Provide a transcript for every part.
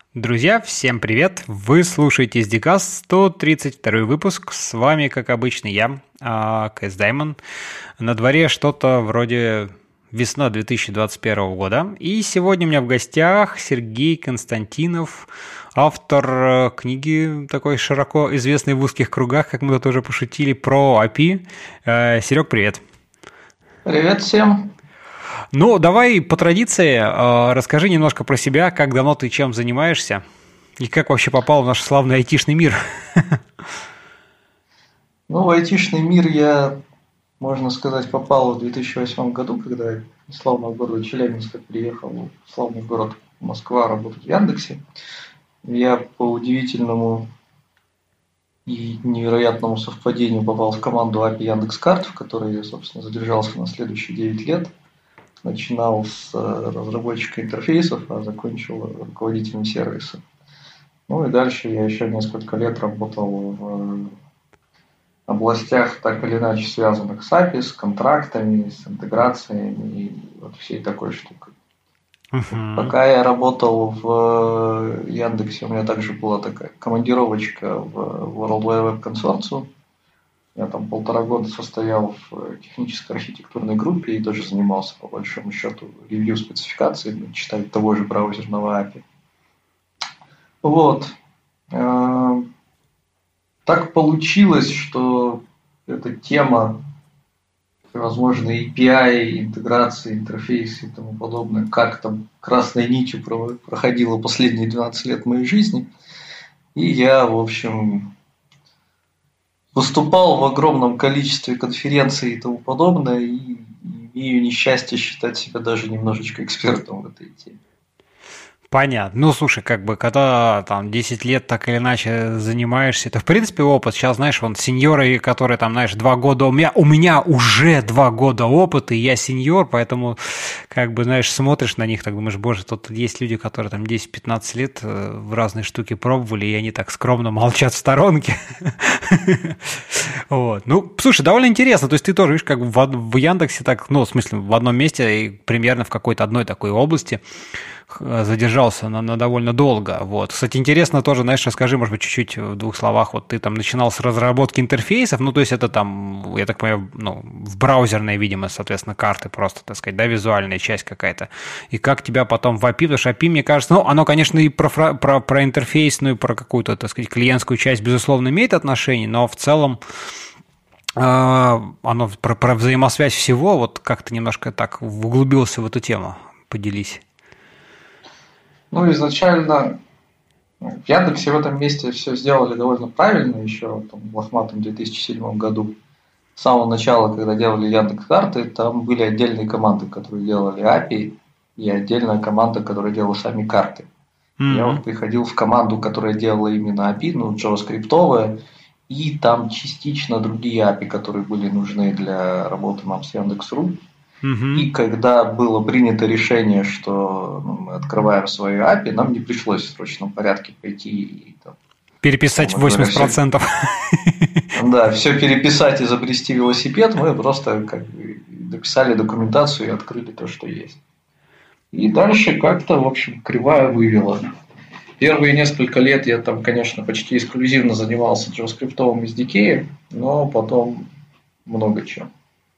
Друзья, всем привет! Вы слушаете SDCast, 132 выпуск. С вами, как обычно, я, КС Даймон. На дворе что-то вроде весна 2021 года. И сегодня у меня в гостях Сергей Константинов, автор книги, такой широко известной в узких кругах, как мы тут уже пошутили, про API. Серег, привет! Привет всем! Ну, давай по традиции расскажи немножко про себя, как давно ты чем занимаешься и как вообще попал в наш славный айтишный мир. Ну, в айтишный мир я, можно сказать, попал в 2008 году, когда я из славного города Челябинска приехал в славный город Москва работать в Яндексе. Я по удивительному и невероятному совпадению попал в команду API Яндекс.Карт, в которой я, собственно, задержался на следующие 9 лет. Начинал с разработчика интерфейсов, а закончил руководителем сервиса. Ну и дальше я еще несколько лет работал в областях, так или иначе связанных с API, с контрактами, с интеграциями и вот всей такой штукой. Пока я работал в Яндексе, у меня также была такая командировочка в World Wide Web Consortium. Я там 1,5 года состоял в технической архитектурной группе и тоже занимался, по большому счету, ревью спецификаций, читая того же браузерного API. Вот. Так получилось, что эта тема, возможно, API, интеграции, интерфейсы и тому подобное, как там красной нитью проходила последние 12 лет моей жизни. И я, в общем, выступал в огромном количестве конференций и тому подобное, и имею несчастье считать себя даже немножечко экспертом в этой теме. Понятно. Ну, слушай, как бы, когда там 10 лет так или иначе занимаешься, это, в принципе, опыт. Сейчас, знаешь, вон сеньоры, которые там, знаешь, 2 года, у меня уже 2 года опыта, и я сеньор, поэтому, как бы, знаешь, смотришь на них, так думаешь, боже, тут есть люди, которые там 10-15 лет в разные штуки пробовали, и они так скромно молчат в сторонке. Вот. Ну, слушай, довольно интересно, то есть ты тоже, видишь, как в Яндексе так, ну, в смысле, в одном месте и примерно в какой-то одной такой области задержался на довольно долго. Вот. Кстати, интересно тоже, знаешь, расскажи, может быть, чуть-чуть в 2 словах, вот ты там начинал с разработки интерфейсов, ну, то есть это там, я так понимаю, ну, в браузерной, видимо, соответственно, карты просто, так сказать, да, визуальная часть какая-то. И как тебя потом в API, потому что API, мне кажется, ну, оно, конечно, и про интерфейсную, про какую-то, так сказать, клиентскую часть, безусловно, имеет отношение, но в целом оно про взаимосвязь всего, вот как ты немножко так углубился в эту тему, поделись. Ну, изначально в Яндексе в этом месте все сделали довольно правильно, еще там, в лохматом 2007 году. С самого начала, когда делали Яндекс.Карты, там были отдельные команды, которые делали API, и отдельная команда, которая делала сами карты. Mm-hmm. Я вот приходил в команду, которая делала именно API, ну, JavaScript-овая, и там частично другие API, которые были нужны для работы нам с Яндекс.ру. И когда было принято решение, что мы открываем свою API, нам не пришлось в срочном порядке пойти и там, переписать 80%. Да, все переписать, изобрести велосипед, мы просто как бы дописали документацию и открыли то, что есть. И дальше как-то, в общем, кривая вывела. Первые несколько лет я там, конечно, почти эксклюзивно занимался JavaScript-овым SDK, но потом много чем.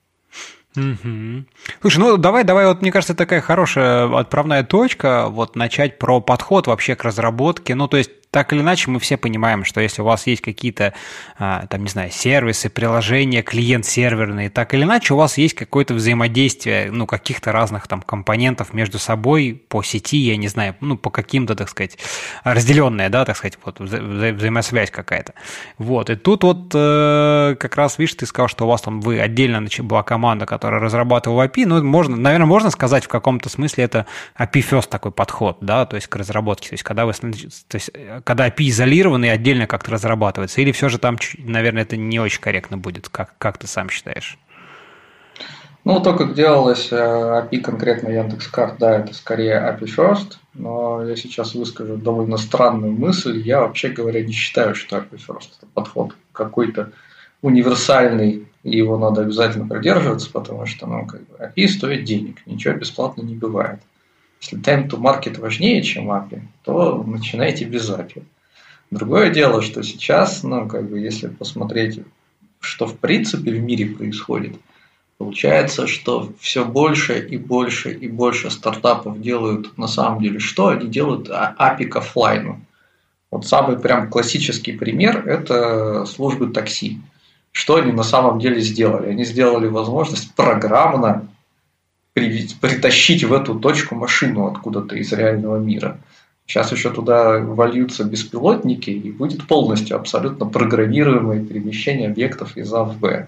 Угу. Слушай, ну давай, вот мне кажется, такая хорошая отправная точка, вот начать про подход вообще к разработке, ну то есть так или иначе мы все понимаем, что если у вас есть какие-то, там, не знаю, сервисы, приложения, клиент-серверные, так или иначе у вас есть какое-то взаимодействие, ну, каких-то разных там компонентов между собой по сети, я не знаю, ну, по каким-то, так сказать, разделенная, да, так сказать, вот взаимосвязь какая-то. Вот, и тут вот как раз, видишь, ты сказал, что у вас там отдельно была команда, которая разрабатывала API, ну, можно, наверное, можно сказать в каком-то смысле это API first такой подход, да, то есть к разработке, то есть когда вы, то есть когда API изолированы и отдельно как-то разрабатывается, или все же там, наверное, это не очень корректно будет, как ты сам считаешь? Ну, то, как делалось API конкретно Яндекс.Карт, да, это скорее API first, но я сейчас выскажу довольно странную мысль. Я, вообще говоря, не считаю, что API first – это подход какой-то универсальный, и его надо обязательно придерживаться, потому что, ну, как бы API стоит денег, ничего бесплатно не бывает. Если time to market важнее, чем API, то начинайте без API. Другое дело, что сейчас, если посмотреть, что в принципе в мире происходит, получается, что все больше и больше и больше стартапов делают на самом деле что? Они делают API к оффлайну. Вот самый прям классический пример – это службы такси. Что они на самом деле сделали? Они сделали возможность программно притащить в эту точку машину откуда-то из реального мира. Сейчас еще туда вольются беспилотники, и будет полностью абсолютно программируемое перемещение объектов из А в Б.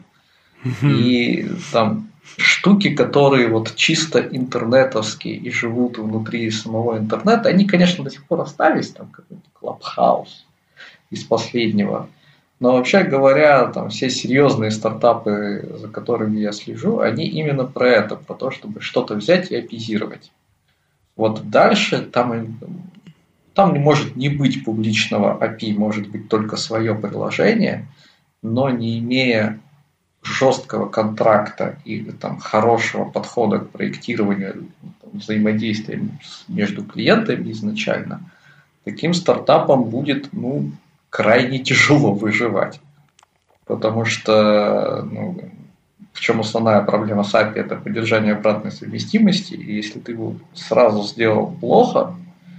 И там штуки, которые вот чисто интернетовские и живут внутри самого интернета, они, конечно, до сих пор остались, там какой-то Clubhouse из последнего. Но вообще говоря, там все серьезные стартапы, за которыми я слежу, они именно про это, про то, чтобы что-то взять и апизировать. Вот дальше там не может не быть публичного API, может быть только свое приложение, но не имея жесткого контракта или там хорошего подхода к проектированию взаимодействия между клиентами изначально, таким стартапам будет крайне тяжело выживать. Потому что в чем основная проблема с API, это поддержание обратной совместимости, и если ты его сразу сделал плохо,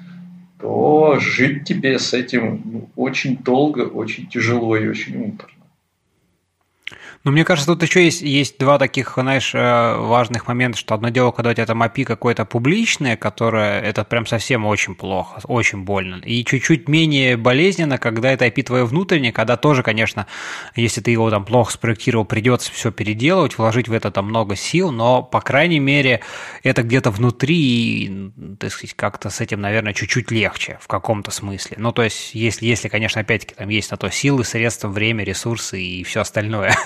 то жить тебе с этим очень долго, очень тяжело и очень муторно. Ну, мне кажется, тут еще есть два таких, знаешь, важных момента, что одно дело, когда у тебя там API какое-то публичное, которое, это прям совсем очень плохо, очень больно, и чуть-чуть менее болезненно, когда это API твое внутреннее, когда тоже, конечно, если ты его там плохо спроектировал, придется все переделывать, вложить в это там много сил, но, по крайней мере, это где-то внутри, и, так сказать, как-то с этим, наверное, чуть-чуть легче в каком-то смысле. Ну, то есть, если, конечно, опять-таки, там есть на то силы, средства, время, ресурсы и все остальное.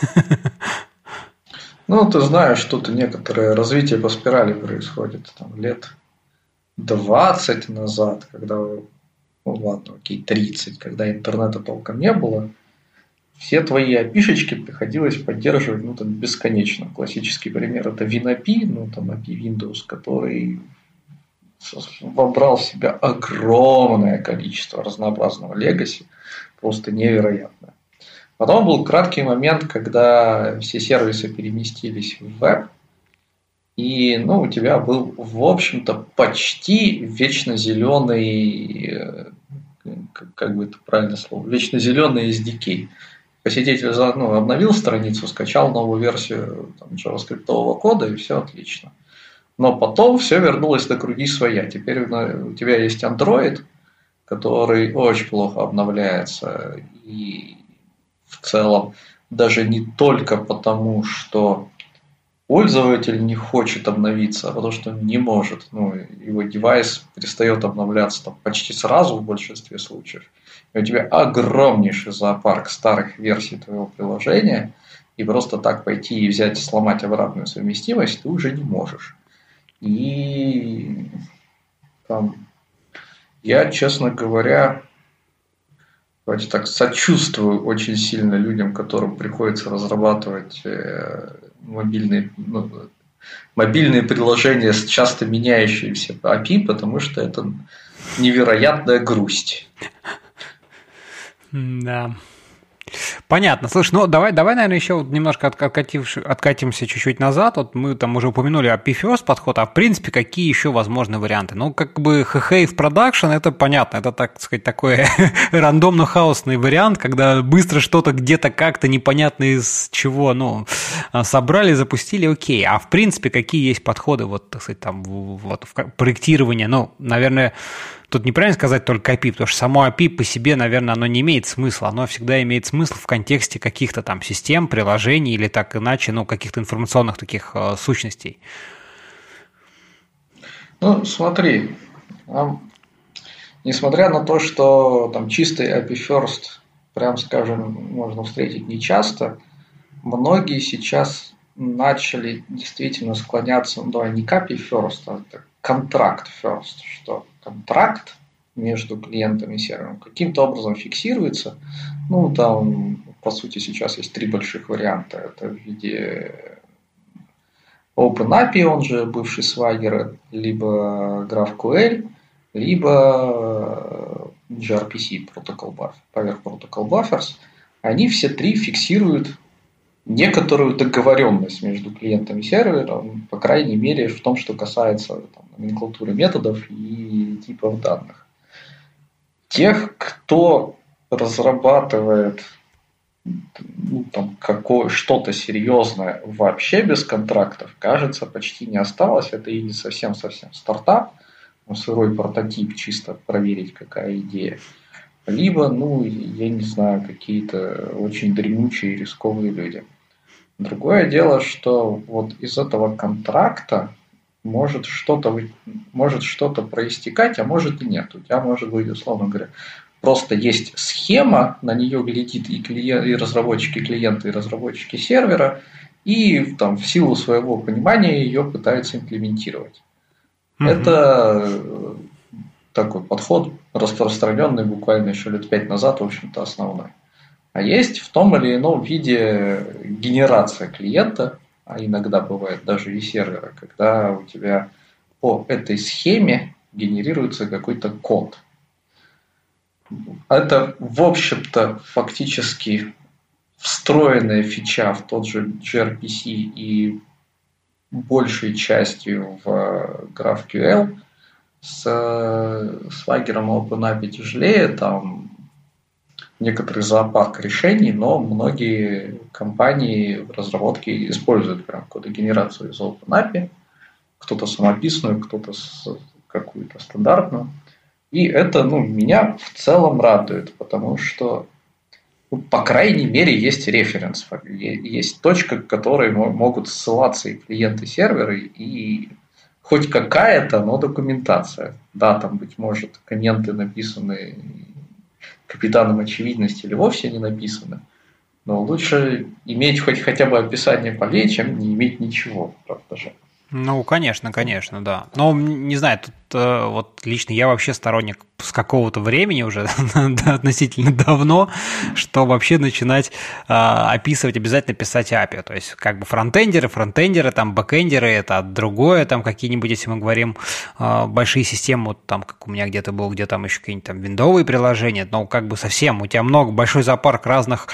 Ну, ты знаешь, тут некоторое развитие по спирали происходит. Там, лет 20 назад, когда, 30, когда интернета толком не было, все твои API-шечки приходилось поддерживать бесконечно. Классический пример – это WinAPI, API Windows, который вобрал в себя огромное количество разнообразного легаси, просто невероятное. Потом был краткий момент, когда все сервисы переместились в веб, и у тебя был, в общем-то, почти вечно зеленый, как бы это правильное слово, вечно зеленый SDK. Посетитель обновил страницу, скачал новую версию JavaScript кода, и все отлично. Но потом все вернулось на круги своя. Теперь у тебя есть Android, который очень плохо обновляется, и в целом даже не только потому, что пользователь не хочет обновиться, а потому что он не может. Его девайс перестает обновляться там почти сразу в большинстве случаев. И у тебя огромнейший зоопарк старых версий твоего приложения, и просто так пойти и взять и сломать обратную совместимость ты уже не можешь. И я, честно говоря, давайте так, сочувствую очень сильно людям, которым приходится разрабатывать мобильные приложения с часто меняющимися API, потому что это невероятная грусть. Да. Понятно. Слушай, давай, наверное, еще немножко откатимся чуть-чуть назад. Вот мы там уже упомянули API First подход, а в принципе какие еще возможны варианты? Как бы HHA в продакшн, это понятно, это, так сказать, такой рандомно-хаосный вариант, когда быстро что-то где-то как-то непонятно из чего, собрали, запустили, окей. А в принципе какие есть подходы, так сказать, там, в проектирование, наверное, тут неправильно сказать только API, потому что само API по себе, наверное, оно не имеет смысла. Оно всегда имеет смысл в контексте каких-то там систем, приложений или так иначе, каких-то информационных таких сущностей. Смотри, несмотря на то, что там чистый API First, прям скажем, можно встретить нечасто, многие сейчас начали действительно склоняться, не к API First, а к Contract First, что контракт между клиентом и сервером каким-то образом фиксируется. Там, по сути, сейчас есть 3 больших варианта. Это в виде OpenAPI, он же бывший Swagger, либо GraphQL, либо gRPC Power Protocol Buffers, они все три фиксируют некоторую договоренность между клиентом и сервером, по крайней мере, в том, что касается номенклатуры методов и типов данных. Тех, кто разрабатывает что-то серьезное вообще без контрактов, кажется, почти не осталось. Это или совсем-совсем стартап, сырой прототип, чисто проверить, какая идея. Либо, я не знаю, какие-то очень дремучие и рисковые люди. Другое дело, что вот из этого контракта может что-то проистекать, а может и нет. У тебя может быть, условно говоря, просто есть схема, на нее глядит и разработчики клиента, и разработчики сервера, и в силу своего понимания ее пытаются имплементировать. Это такой подход, распространенный буквально еще лет 5 назад, в общем-то, основной. А есть в том или ином виде генерация клиента, а иногда бывает даже и сервера, когда у тебя по этой схеме генерируется какой-то код. Это, в общем-то, фактически встроенная фича в тот же gRPC и большей частью в GraphQL. С Swagger OpenAPI тяжелее, там некоторый зоопарк решений, но многие компании в разработке используют прям кодогенерацию из OpenAPI, кто-то самописную, кто-то какую-то стандартную. И это, меня в целом радует, потому что, по крайней мере, есть референс, есть точка, к которой могут ссылаться и клиенты, и серверы, и хоть какая-то, но документация. Да, там, быть может, комменты написаны капитаном очевидности или вовсе не написаны, но лучше иметь хотя бы описание полей, чем не иметь ничего, правда же. Конечно, да. Но, не знаю, тут вот лично я вообще сторонник с какого-то времени уже, относительно давно, что вообще начинать описывать, обязательно писать API. То есть, как бы фронтендеры, там бэкендеры, это другое, там какие-нибудь, если мы говорим большие системы, вот там, как у меня где-то был, где там еще какие-нибудь там виндовые приложения, но как бы совсем, у тебя большой зоопарк разных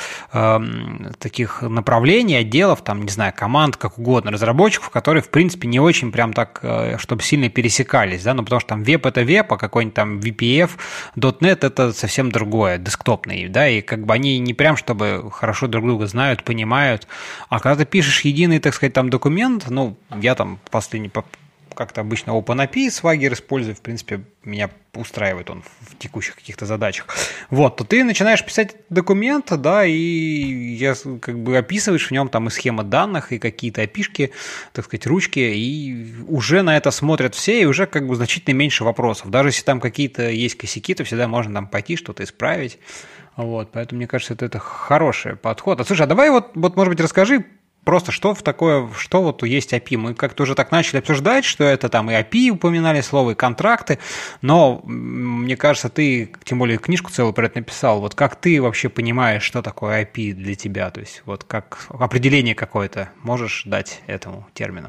таких направлений, отделов, там, не знаю, команд, как угодно, разработчиков, которые, в принципе, не очень прям так, чтобы сильно пересекались, да, потому что там веб – это веб, а какой-нибудь там VPF, .NET – это совсем другое, десктопный, да, и как бы они не прям, чтобы хорошо друг друга знают, понимают, а когда ты пишешь единый, так сказать, там документ, я там последний как-то обычно OpenAPI Swagger использую, в принципе, меня устраивает он в текущих каких-то задачах. Вот, то ты начинаешь писать документ, да, и как бы описываешь в нем там и схемы данных, и какие-то API-шки, так сказать, ручки, и уже на это смотрят все, и уже как бы значительно меньше вопросов. Даже если там какие-то есть косяки, то всегда можно там пойти что-то исправить. Вот, поэтому, мне кажется, это хороший подход. Слушай, а давай вот, может быть, расскажи просто что вот есть API. Мы как-то уже так начали обсуждать, что это там и API упоминали слово, и контракты, но мне кажется, ты, тем более, книжку целую про это написал. Вот как ты вообще понимаешь, что такое API для тебя? То есть вот как определение какое-то можешь дать этому термину?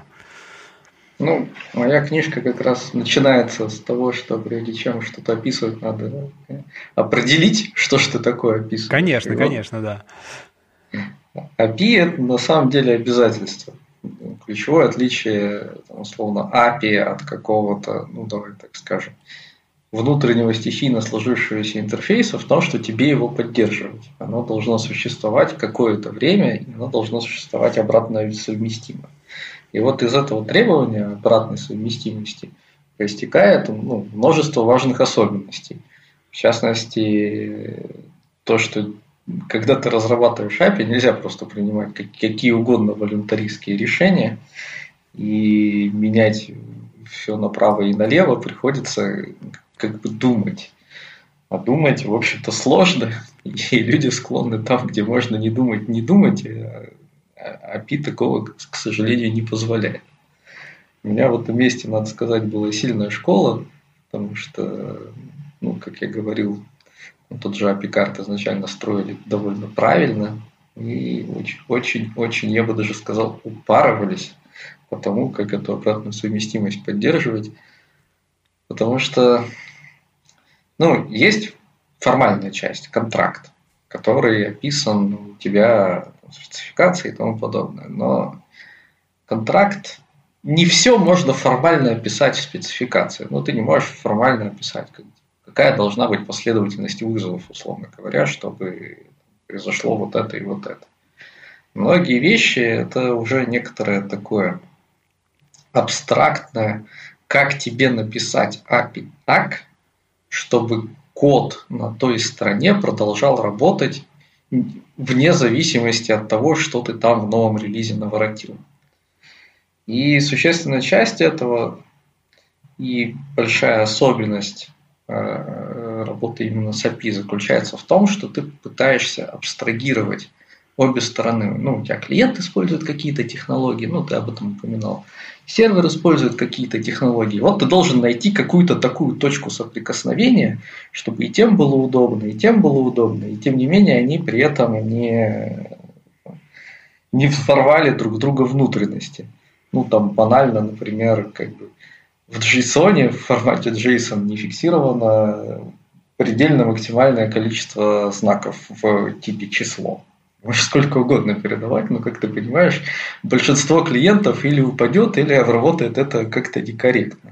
Моя книжка как раз начинается с того, что прежде чем что-то описывать, надо определить, что ты такое описываешь. Конечно, да. API – это на самом деле обязательство. Ключевое отличие, условно, API от какого-то, давай так скажем, внутреннего стихийно сложившегося интерфейса в том, что тебе его поддерживать. Оно должно существовать какое-то время, и оно должно существовать обратно совместимо. И вот из этого требования обратной совместимости проистекает множество важных особенностей. В частности, то, что когда ты разрабатываешь API, нельзя просто принимать какие угодно волюнтаристские решения и менять все направо и налево, приходится как бы думать. А думать, в общем-то, сложно, и люди склонны там, где можно не думать, а API такого, к сожалению, не позволяет. У меня в этом месте, надо сказать, была сильная школа, потому что, как я говорил, тот же API-карт изначально строили довольно правильно и очень, я бы даже сказал, упарывались по тому, как эту обратную совместимость поддерживать. Потому что, есть формальная часть, контракт, который описан у тебя в сертификации и тому подобное. Но контракт, не все можно формально описать в спецификации. Ты не можешь формально описать, какая должна быть последовательность вызовов, условно говоря, чтобы произошло вот это и вот это. Многие вещи – это уже некоторое такое абстрактное, как тебе написать API так, чтобы код на той стороне продолжал работать вне зависимости от того, что ты там в новом релизе наворотил. И существенная часть этого и большая особенность работы именно с API заключается в том, что ты пытаешься абстрагировать обе стороны. У тебя клиент использует какие-то технологии, ты об этом упоминал. Сервер использует какие-то технологии. Вот ты должен найти какую-то такую точку соприкосновения, чтобы и тем было удобно, и тем было удобно. И тем не менее они при этом не взорвали друг друга внутренности. Банально, например, в JSON, в формате JSON не фиксировано предельно максимальное количество знаков в типе число. Можешь сколько угодно передавать, но, как ты понимаешь, большинство клиентов или упадет, или обработает это как-то некорректно.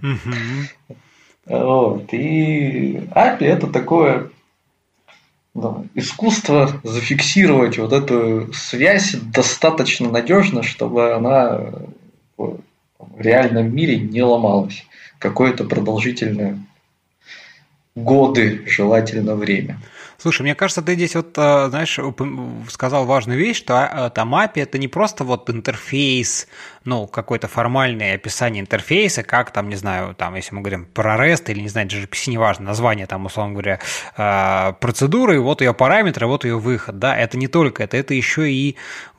И API – это такое искусство зафиксировать вот эту связь достаточно надежно, чтобы она в реальном мире не ломалась какое-то продолжительное годы, желательно время. Слушай, мне кажется, ты здесь сказал важную вещь, что там API это не просто интерфейс, какое-то формальное описание интерфейса, как там, не знаю, если мы говорим про REST или, не знаю, gRPC, неважно, название условно говоря, процедуры, вот ее параметры, вот ее выход, да, это не только это еще и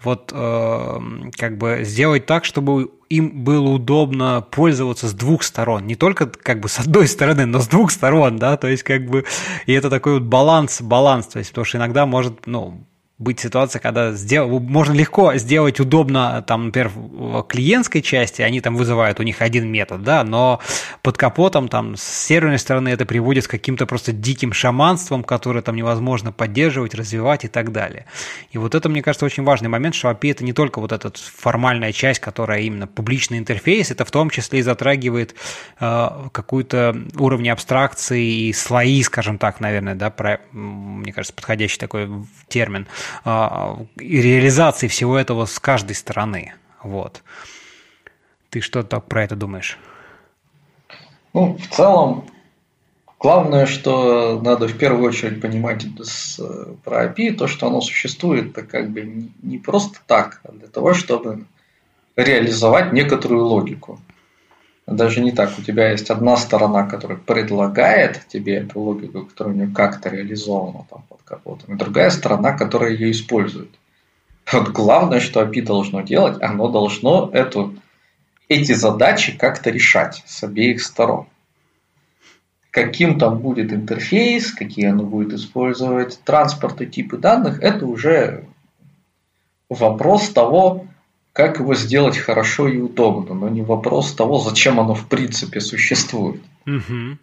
сделать так, чтобы им было удобно пользоваться с двух сторон, не только с одной стороны, но с двух сторон, да, то есть и это такой баланс, то есть, потому что иногда может, быть ситуация, когда можно легко сделать удобно, например, в клиентской части, они вызывают у них один метод, да, но под капотом с серверной стороны это приводит к каким-то просто диким шаманствам, которые невозможно поддерживать, развивать и так далее. И вот это, мне кажется, очень важный момент, что API это не только эта формальная часть, которая именно публичный интерфейс, это в том числе и затрагивает какую-то уровень абстракции и слои, скажем так, наверное, да, мне кажется, подходящий такой термин, и реализации всего этого с каждой стороны. Вот. Ты что про это думаешь? В целом, главное, что надо в первую очередь понимать про API, то, что оно существует, это не просто так, а для того, чтобы реализовать некоторую логику. Даже не так. У тебя есть одна сторона, которая предлагает тебе эту логику, которая у нее как-то реализована под капотом, и другая сторона, которая ее использует. Вот главное, что API должно делать, оно должно эти задачи как-то решать с обеих сторон. Каким там будет интерфейс, какие оно будет использовать транспорт и типы данных, это уже вопрос того, как его сделать хорошо и удобно, но не вопрос того, зачем оно в принципе существует. Угу.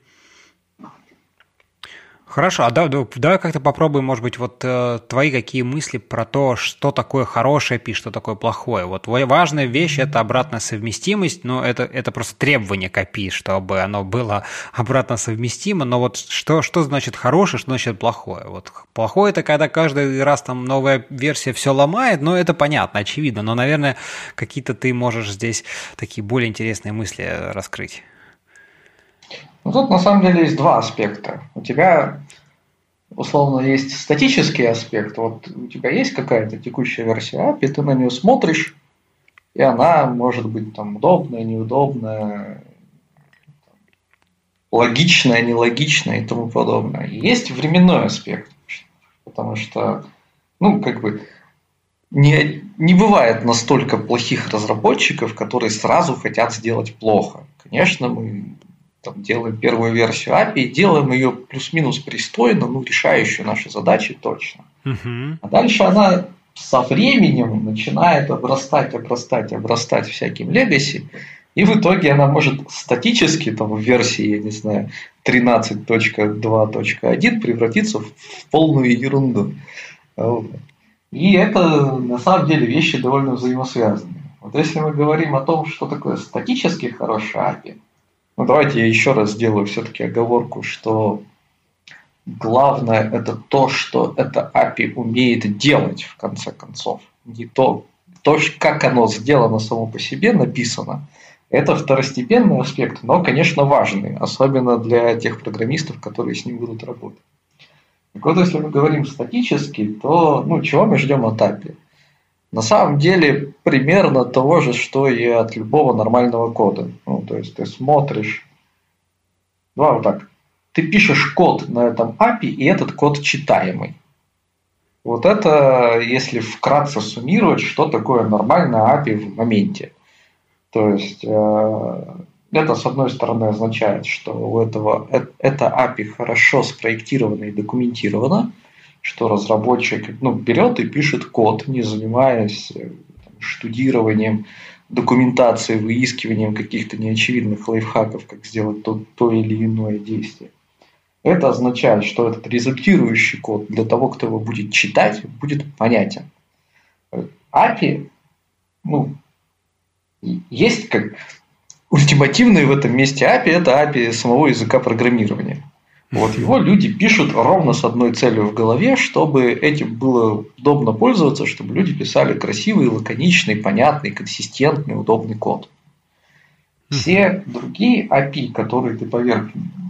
Хорошо, а давай как-то попробуем, может быть, твои какие мысли про то, что такое хорошее API, что такое плохое. Важная вещь – это обратная совместимость, но это просто требование к API, чтобы оно было обратно совместимо, но что значит хорошее, что значит плохое? Плохое – это когда каждый раз новая версия все ломает, но это понятно, очевидно, но, наверное, какие-то ты можешь здесь такие более интересные мысли раскрыть. Тут на самом деле есть два аспекта. У тебя, условно, есть статический аспект. У тебя есть какая-то текущая версия API, ты на нее смотришь, и она может быть удобная, неудобная, логичная, нелогичная и тому подобное. И есть временной аспект, потому что, не бывает настолько плохих разработчиков, которые сразу хотят сделать плохо. Конечно, мы делаем первую версию API, делаем ее плюс-минус пристойно, решающую наши задачи точно. А дальше она со временем начинает обрастать всяким легаси, и в итоге она может статически там, в версии, я не знаю, 13.2.1 превратиться в полную ерунду. И это на самом деле вещи довольно взаимосвязаны. Вот если мы говорим о том, что такое статически хороший API, ну давайте я еще раз сделаю все-таки оговорку, что главное это то, что это API умеет делать в конце концов. Не то, как оно сделано само по себе, написано. Это второстепенный аспект, но, конечно, важный, особенно для тех программистов, которые с ним будут работать. Так вот, если мы говорим статически, то чего мы ждем от API? На самом деле, примерно того же, что и от любого нормального кода. То есть, ты смотришь... Давай вот так. Ты пишешь код на этом API, и этот код читаемый. Вот это, если вкратце суммировать, что такое нормальное API в моменте. То есть, это, с одной стороны, означает, что у этого это API хорошо спроектировано и документировано, что разработчик берет и пишет код, не занимаясь штудированием, документацией, выискиванием каких-то неочевидных лайфхаков, как сделать то или иное действие. Это означает, что этот результирующий код для того, кто его будет читать, будет понятен. API, есть как ультимативный в этом месте API, это API самого языка программирования. Вот его люди пишут ровно с одной целью в голове, чтобы этим было удобно пользоваться, чтобы люди писали красивый, лаконичный, понятный, консистентный, удобный код. Все другие API, которые ты поверх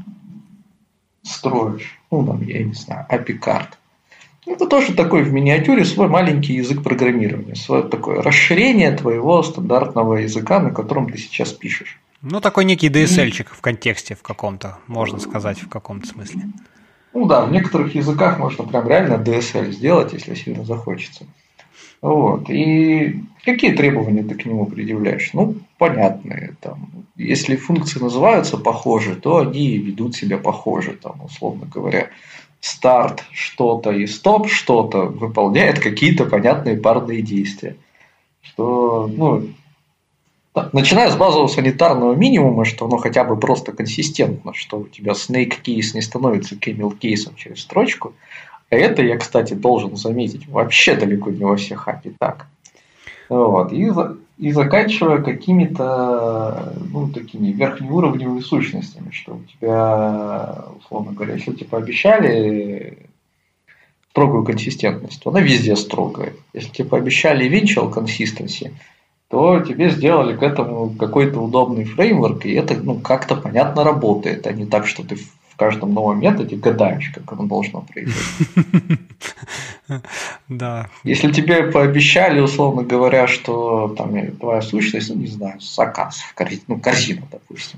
строишь, я не знаю, API-карт, это тоже такой в миниатюре свой маленький язык программирования, свое такое расширение твоего стандартного языка, на котором ты сейчас пишешь. Такой некий DSL-чик в контексте в каком-то, можно сказать, в каком-то смысле. Да, в некоторых языках можно прям реально DSL сделать, если сильно захочется. Вот. И какие требования ты к нему предъявляешь? Понятные. Если функции называются похоже, то они ведут себя похоже. Условно говоря, старт что-то и стоп что-то выполняет какие-то понятные парные действия. Что, начиная с базового санитарного минимума, что оно хотя бы просто консистентно, что у тебя snake case не становится camel кейсом через строчку. А это я, кстати, должен заметить, вообще далеко не во всех API так. Вот. И заканчивая какими-то такими верхнеуровневыми сущностями, что у тебя, условно говоря, если тебе пообещали строгую консистентность, то она везде строгая. Если тебе пообещали eventual consistency, то тебе сделали к этому какой-то удобный фреймворк, и это как-то понятно работает, а не так, что ты в каждом новом методе гадаешь, как оно должно произойти. Да. Если тебе пообещали, условно говоря, что твоя сущность, не знаю, заказ в корзину, допустим,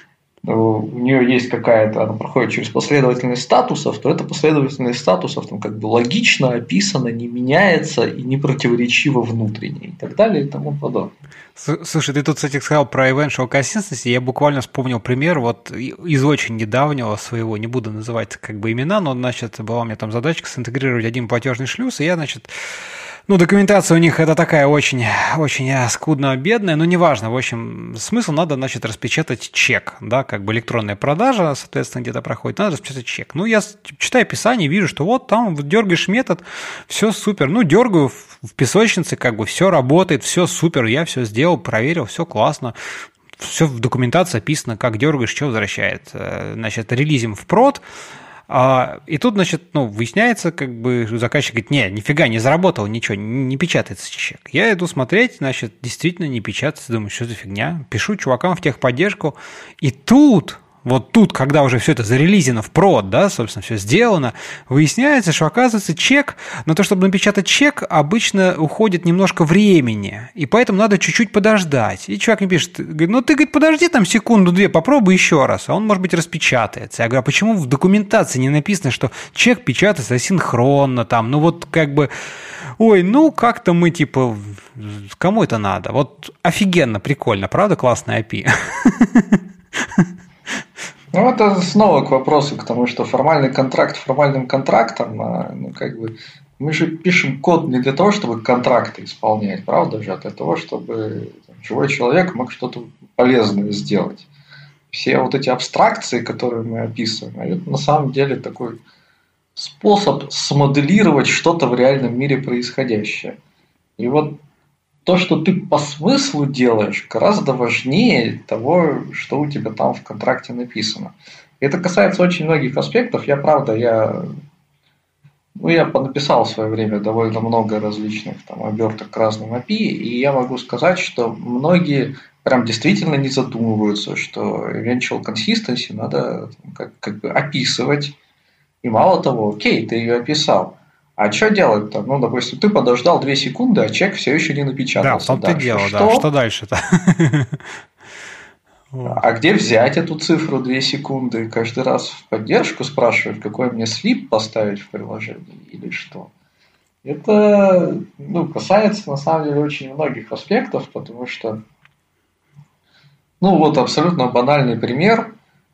у нее есть какая-то, она проходит через последовательность статусов, то эта последовательность статусов логично описана, не меняется и не противоречива внутренне, и так далее, и тому подобное. Слушай, ты тут, кстати, сказал про eventual consistency, я буквально вспомнил пример из очень недавнего своего, не буду называть имена, но, была у меня задачка синтегрировать один платежный шлюз, и я, документация у них это такая очень, очень скудно бедная, но неважно. В общем, смысл надо, распечатать чек, да, электронная продажа, соответственно, где-то проходит, надо распечатать чек. Я читаю описание, вижу, что там дергаешь метод, все супер. Дергаю в песочнице, все работает, все супер, я все сделал, проверил, все классно. Все в документации описано, как дергаешь, что возвращает. Релизим в прод. И тут, выясняется, заказчик говорит, нифига не заработал, ничего, не печатается чек. Я иду смотреть, действительно не печатается, думаю, что за фигня. Пишу чувакам в техподдержку, и тут, когда уже все это зарелизено в прод, да, собственно, все сделано, выясняется, что, оказывается, чек, на то, чтобы напечатать чек, обычно уходит немножко времени, и поэтому надо чуть-чуть подождать. И чувак мне пишет, говорит, ты, подожди секунду-две, попробуй еще раз, а он, может быть, распечатается. Я говорю, а почему в документации не написано, что чек печатается асинхронно, ой, как-то мы, кому это надо? Офигенно, прикольно, правда, классная API? Это снова к вопросу к тому, что формальный контракт формальным контрактом, Мы же пишем код не для того, чтобы контракты исполнять, правда же, а для того, чтобы живой человек мог что-то полезное сделать. Все вот эти абстракции, которые мы описываем, это на самом деле такой способ смоделировать что-то в реальном мире происходящее. И вот то, что ты по смыслу делаешь, гораздо важнее того, что у тебя там в контракте написано. И это касается очень многих аспектов. Я понаписал в свое время довольно много различных там оберток к разным API, и я могу сказать, что многие прям действительно не задумываются, что eventual consistency надо как бы описывать. И мало того, окей, ты ее описал. А что делать-то? Ну, допустим, ты подождал 2 секунды, а чек все еще не напечатался. Да, в том-то и дело, да. Что дальше-то? А где взять эту цифру 2 секунды? Каждый раз в поддержку спрашивать, какой мне слип поставить в приложении или что? Это касается, на самом деле, очень многих аспектов, потому что, вот абсолютно банальный пример,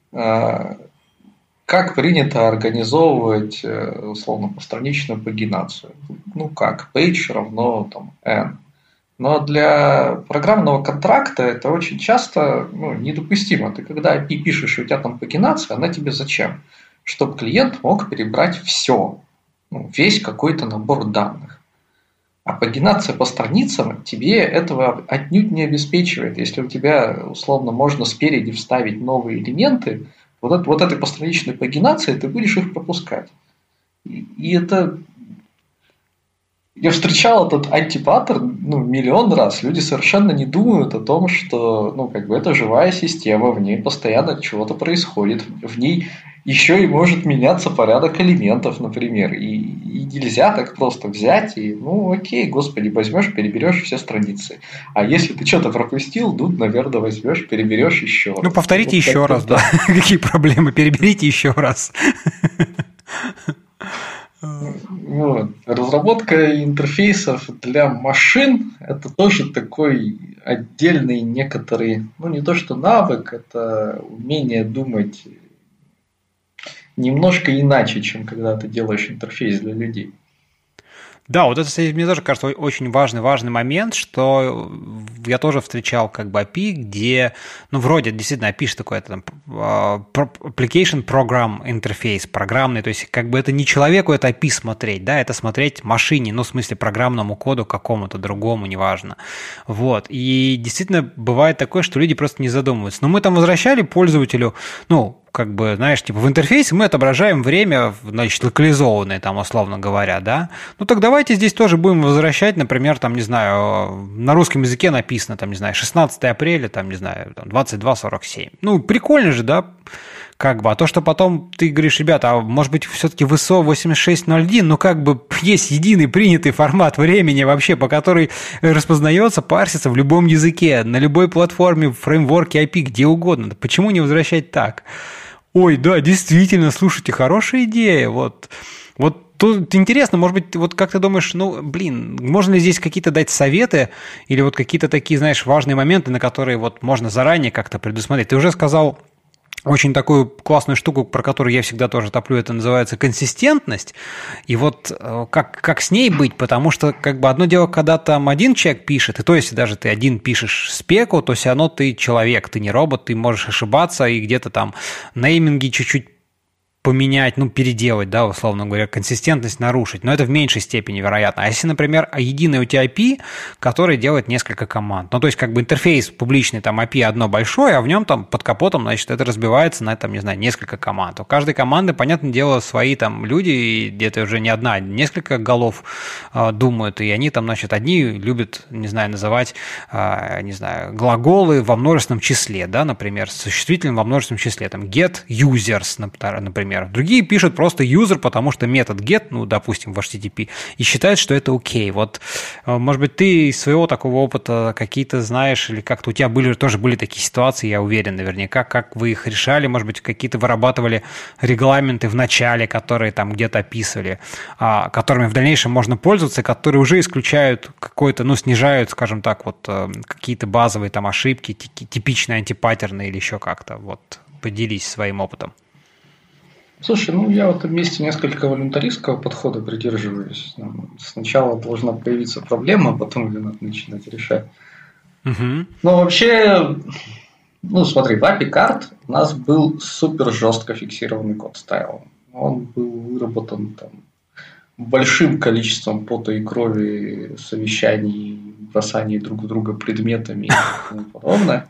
как принято организовывать, условно, постраничную пагинацию. Как? Page равно n. Но для программного контракта это очень часто недопустимо. Ты когда API пишешь, и у тебя там пагинация, она тебе зачем? Чтобы клиент мог перебрать все, весь какой-то набор данных. А пагинация по страницам тебе этого отнюдь не обеспечивает. Если у тебя, условно, можно спереди вставить новые элементы, вот этой постраничной пагинацией ты будешь их пропускать. И это... Я встречал этот антипаттерн миллион раз. Люди совершенно не думают о том, что это живая система, в ней постоянно чего-то происходит, в ней еще и может меняться порядок элементов, например. И нельзя так просто взять и, окей, господи, возьмешь, переберешь все страницы. А если ты что-то пропустил, наверное, возьмешь, переберешь еще раз. Повторите еще раз, да. Какие проблемы? Переберите еще раз. Разработка интерфейсов для машин – это тоже такой отдельный некоторый, не то что навык, это умение думать немножко иначе, чем когда ты делаешь интерфейс для людей. Да, вот это, кстати, мне тоже кажется очень важный момент, что я тоже встречал API, где, вроде действительно API такое, это Application Program Interface, программный, то есть это не человеку это API смотреть, да, это смотреть машине, в смысле программному коду какому-то другому, неважно. Вот, и действительно бывает такое, что люди просто не задумываются. Но мы там возвращали пользователю, в интерфейсе мы отображаем время, локализованное, условно говоря, да. Так давайте здесь тоже будем возвращать, например, на русском языке написано, 16 апреля, 22:47. Прикольно же, да, а то, что потом ты говоришь, ребята, а может быть, все-таки в ISO 8601, есть единый принятый формат времени вообще, по который распознается, парсится в любом языке, на любой платформе, в фреймворке API, где угодно. Почему не возвращать так? Ой, да, действительно, слушайте, хорошая идея. Вот тут интересно, может быть, как ты думаешь, можно ли здесь какие-то дать советы или какие-то такие, важные моменты, на которые можно заранее как-то предусмотреть? Ты уже сказал очень такую классную штуку, про которую я всегда тоже топлю, это называется консистентность. И как с ней быть? Потому что одно дело, когда там один человек пишет, и то если даже ты один пишешь спеку, то все равно ты человек, ты не робот, ты можешь ошибаться и где-то нейминги чуть-чуть поменять, переделать, да, условно говоря, консистентность нарушить, но это в меньшей степени вероятно. А если, например, единый у тебя API, который делает несколько команд, то есть интерфейс публичный, API одно большое, а в нем под капотом, это разбивается на, несколько команд. У каждой команды, понятное дело, свои люди, и где-то уже не одна, несколько голов думают, и они одни любят, называть, глаголы во множественном числе, да, например, существительным во множественном числе, get users, например. Другие пишут просто user, потому что метод get, допустим, в HTTP, и считают, что это окей. Может быть, ты из своего такого опыта какие-то знаешь, или как-то у тебя тоже были такие ситуации, я уверен, наверняка, как вы их решали, может быть, какие-то вырабатывали регламенты в начале, которые где-то описывали, которыми в дальнейшем можно пользоваться, которые уже исключают снижают, скажем так, какие-то базовые ошибки, типичные антипаттерны или еще как-то. Поделись своим опытом. Слушай, ну я в этом месте несколько волюнтаристского подхода придерживаюсь. Сначала должна появиться проблема, а потом ее надо начинать решать. Угу. Но вообще, ну смотри, в API Card у нас был супер жестко фиксированный код стайл. Он был выработан там большим количеством пота и крови, совещаний, бросаний друг в друга предметами и тому подобное.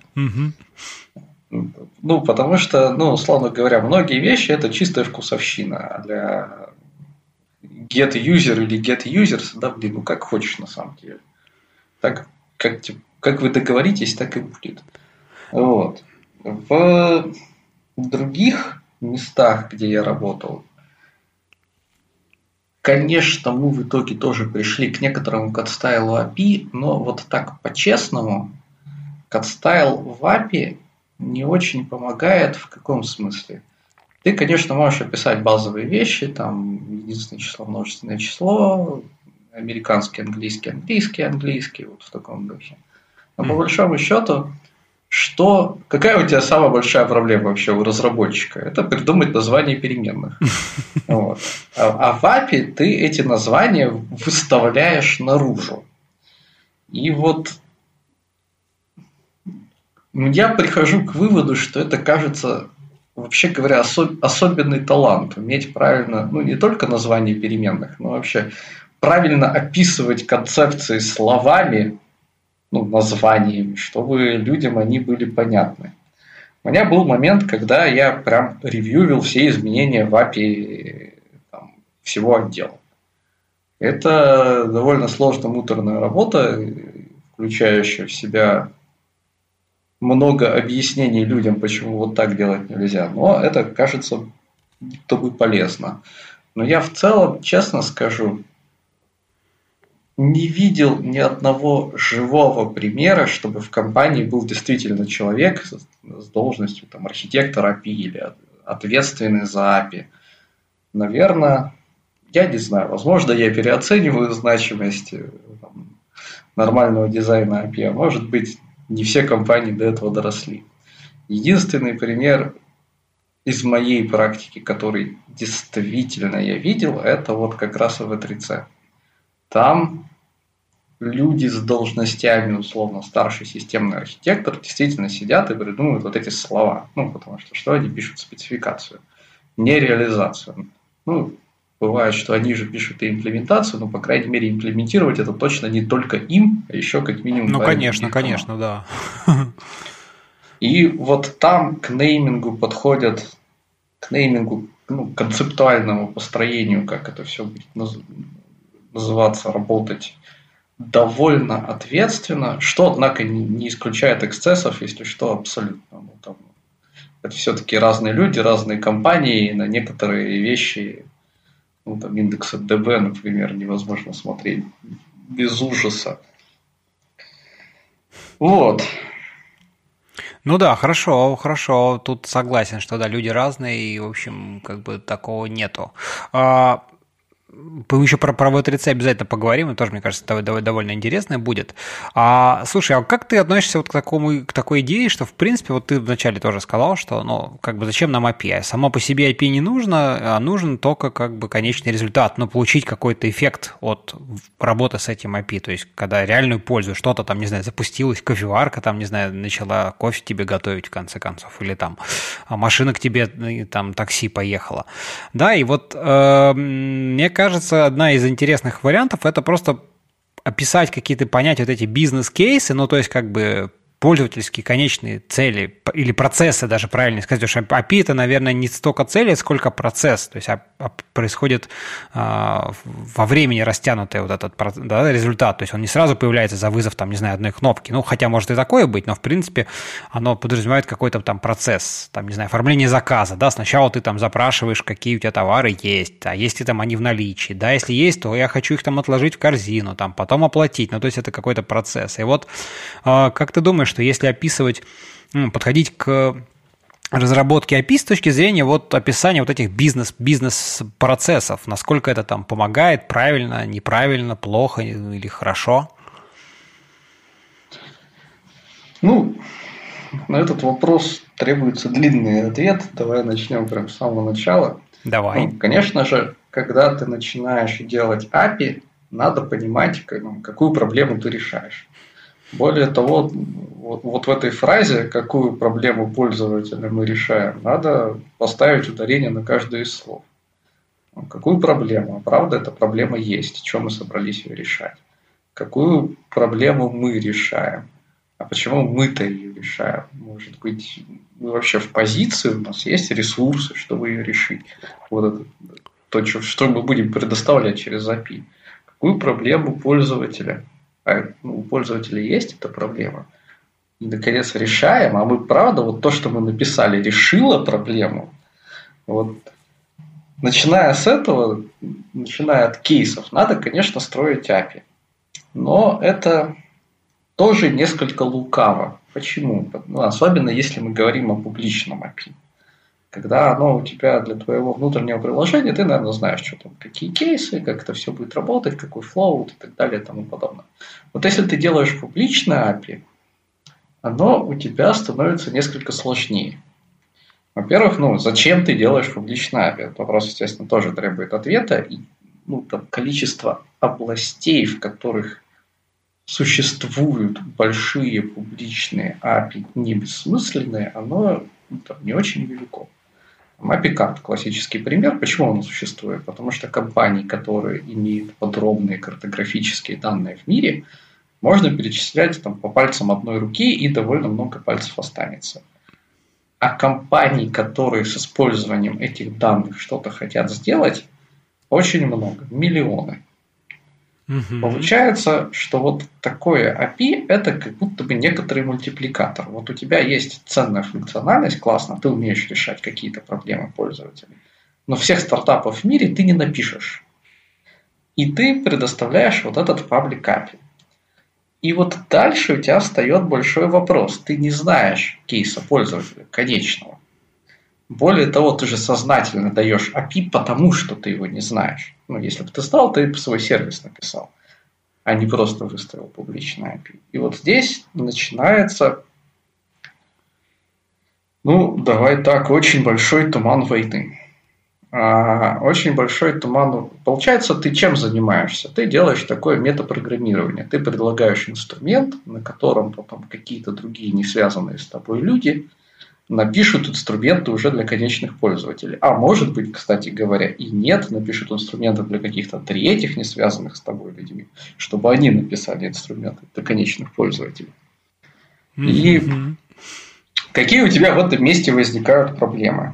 Ну, потому что, ну, условно говоря, многие вещи это чистая вкусовщина. А для get user или get users, да, блин, ну как хочешь на самом деле. Так, как вы договоритесь, так и будет. Вот. В других местах, где я работал, конечно, мы в итоге тоже пришли к некоторому кодстайлу API, но вот так по-честному, кодстайл в API не очень помогает в каком смысле? Ты, конечно, можешь описать базовые вещи, там единственное число, множественное число, американский, английский, английский, английский, вот в таком духе. Но по большому счету, какая у тебя самая большая проблема вообще у разработчика? Это придумать название переменных. Вот. А в API ты эти названия выставляешь наружу. И вот я прихожу к выводу, что это, кажется, вообще говоря, особенный талант. Уметь правильно, ну не только название переменных, но вообще правильно описывать концепции словами, ну, названиями, чтобы людям они были понятны. У меня был момент, когда я прям ревьювил все изменения в API там, всего отдела. Это довольно сложная муторная работа, включающая в себя много объяснений людям, почему вот так делать нельзя. Но это кажется будто бы полезно. Но я в целом, честно скажу, не видел ни одного живого примера, чтобы в компании был действительно человек с должностью там, архитектора API или ответственный за API. Наверное, я не знаю, возможно, я переоцениваю значимость там, нормального дизайна API, а может быть, не все компании до этого доросли. Единственный пример из моей практики, который действительно я видел, это вот как раз V3C. Там люди с должностями, условно, старший системный архитектор действительно сидят и придумывают вот эти слова. Ну, потому что они пишут спецификацию, не реализацию. Ну, бывает, что они же пишут и имплементацию, но, по крайней мере, имплементировать это точно не только им, а еще как минимум... Ну, конечно, да. И вот там к неймингу подходят, к неймингу, ну, концептуальному построению, как это все будет называться, работать довольно ответственно, что, однако, не исключает эксцессов, если что, абсолютно. Ну, там, это все-таки разные люди, разные компании, и на некоторые вещи, ну, там, индекс DB, например, невозможно смотреть без ужаса. Вот. Ну да, хорошо, тут согласен, что да, люди разные, и, в общем, как бы такого нету. Мы еще про V3C обязательно поговорим, и тоже, мне кажется, довольно интересно будет. Слушай, а как ты относишься вот к такой идее, что, в принципе, вот ты вначале тоже сказал, что, ну, как бы зачем нам API? Само по себе API не нужно, а нужен только как бы конечный результат, но получить какой-то эффект от работы с этим API, то есть когда реальную пользу, что-то там, не знаю, запустилось, кофеварка там, не знаю, начала кофе тебе готовить в конце концов, или там машина к тебе, там такси поехала. Да, и вот мне кажется, одна из интересных вариантов – это просто описать какие-то, понять вот эти бизнес-кейсы, ну, то есть, как бы, пользовательские конечные цели или процессы, даже правильно сказать, потому что API – это, наверное, не столько цели, сколько процесс, то есть происходит во времени растянутый вот этот результат, то есть он не сразу появляется за вызов, там, не знаю, одной кнопки, ну, хотя может и такое быть, но, в принципе, оно подразумевает какой-то там процесс, там, не знаю, оформление заказа, да, сначала ты там запрашиваешь, какие у тебя товары есть, а есть ли там они в наличии, да, если есть, то я хочу их там отложить в корзину, там, потом оплатить, ну, то есть это какой-то процесс, и вот как ты думаешь, что если описывать, подходить к разработке API с точки зрения вот описания вот этих бизнес-процессов, насколько это там помогает, правильно, неправильно, плохо или хорошо? Ну, на этот вопрос требуется длинный ответ. Давай начнем прям с самого начала. Давай. Конечно же, когда ты начинаешь делать API, надо понимать, какую проблему ты решаешь. Более того, вот в этой фразе, какую проблему пользователя мы решаем, надо поставить ударение на каждое из слов. Какую проблему? Правда, эта проблема есть. Чем мы собрались ее решать? Какую проблему мы решаем? А почему мы-то ее решаем? Может быть, мы вообще в позиции, у нас есть ресурсы, чтобы ее решить. Вот это то, что мы будем предоставлять через API. Какую проблему пользователя? У пользователя есть эта проблема. И, наконец, решаем. А мы, правда, вот то, что мы написали, решило проблему. Вот. Начиная с этого, начиная от кейсов, надо, конечно, строить API. Но это тоже несколько лукаво. Почему? Особенно если мы говорим о публичном API. Когда оно у тебя для твоего внутреннего приложения, ты, наверное, знаешь, что там, какие кейсы, как это все будет работать, какой флоу и так далее и тому подобное. Вот если ты делаешь публичное API, оно у тебя становится несколько сложнее. Во-первых, зачем ты делаешь публичное API? Этот вопрос, естественно, тоже требует ответа. И там количество областей, в которых существуют большие публичные API, не бессмысленные, оно не очень велико. API-карт – классический пример. Почему он существует? Потому что компании, которые имеют подробные картографические данные в мире, можно перечислять по пальцам одной руки, и довольно много пальцев останется. А компаний, которые с использованием этих данных что-то хотят сделать, очень много, миллионы. Получается, что вот такое API – это как будто бы некоторый мультипликатор. Вот у тебя есть ценная функциональность, классно, ты умеешь решать какие-то проблемы пользователей, но всех стартапов в мире ты не напишешь. И ты предоставляешь вот этот паблик API. И вот дальше у тебя встает большой вопрос. Ты не знаешь кейса пользователя конечного. Более того, ты же сознательно даешь API, потому что ты его не знаешь. Если бы ты знал, ты бы свой сервис написал, а не просто выставил публичный API. И вот здесь начинается, давай так, очень большой туман войны. Очень большой туман. Получается, ты чем занимаешься? Ты делаешь такое метапрограммирование. Ты предлагаешь инструмент, на котором потом какие-то другие не связанные с тобой люди напишут инструменты уже для конечных пользователей. А может быть, кстати говоря, и нет, напишут инструменты для каких-то третьих, не связанных с тобой людьми, чтобы они написали инструменты для конечных пользователей. И какие у тебя в этом месте возникают проблемы?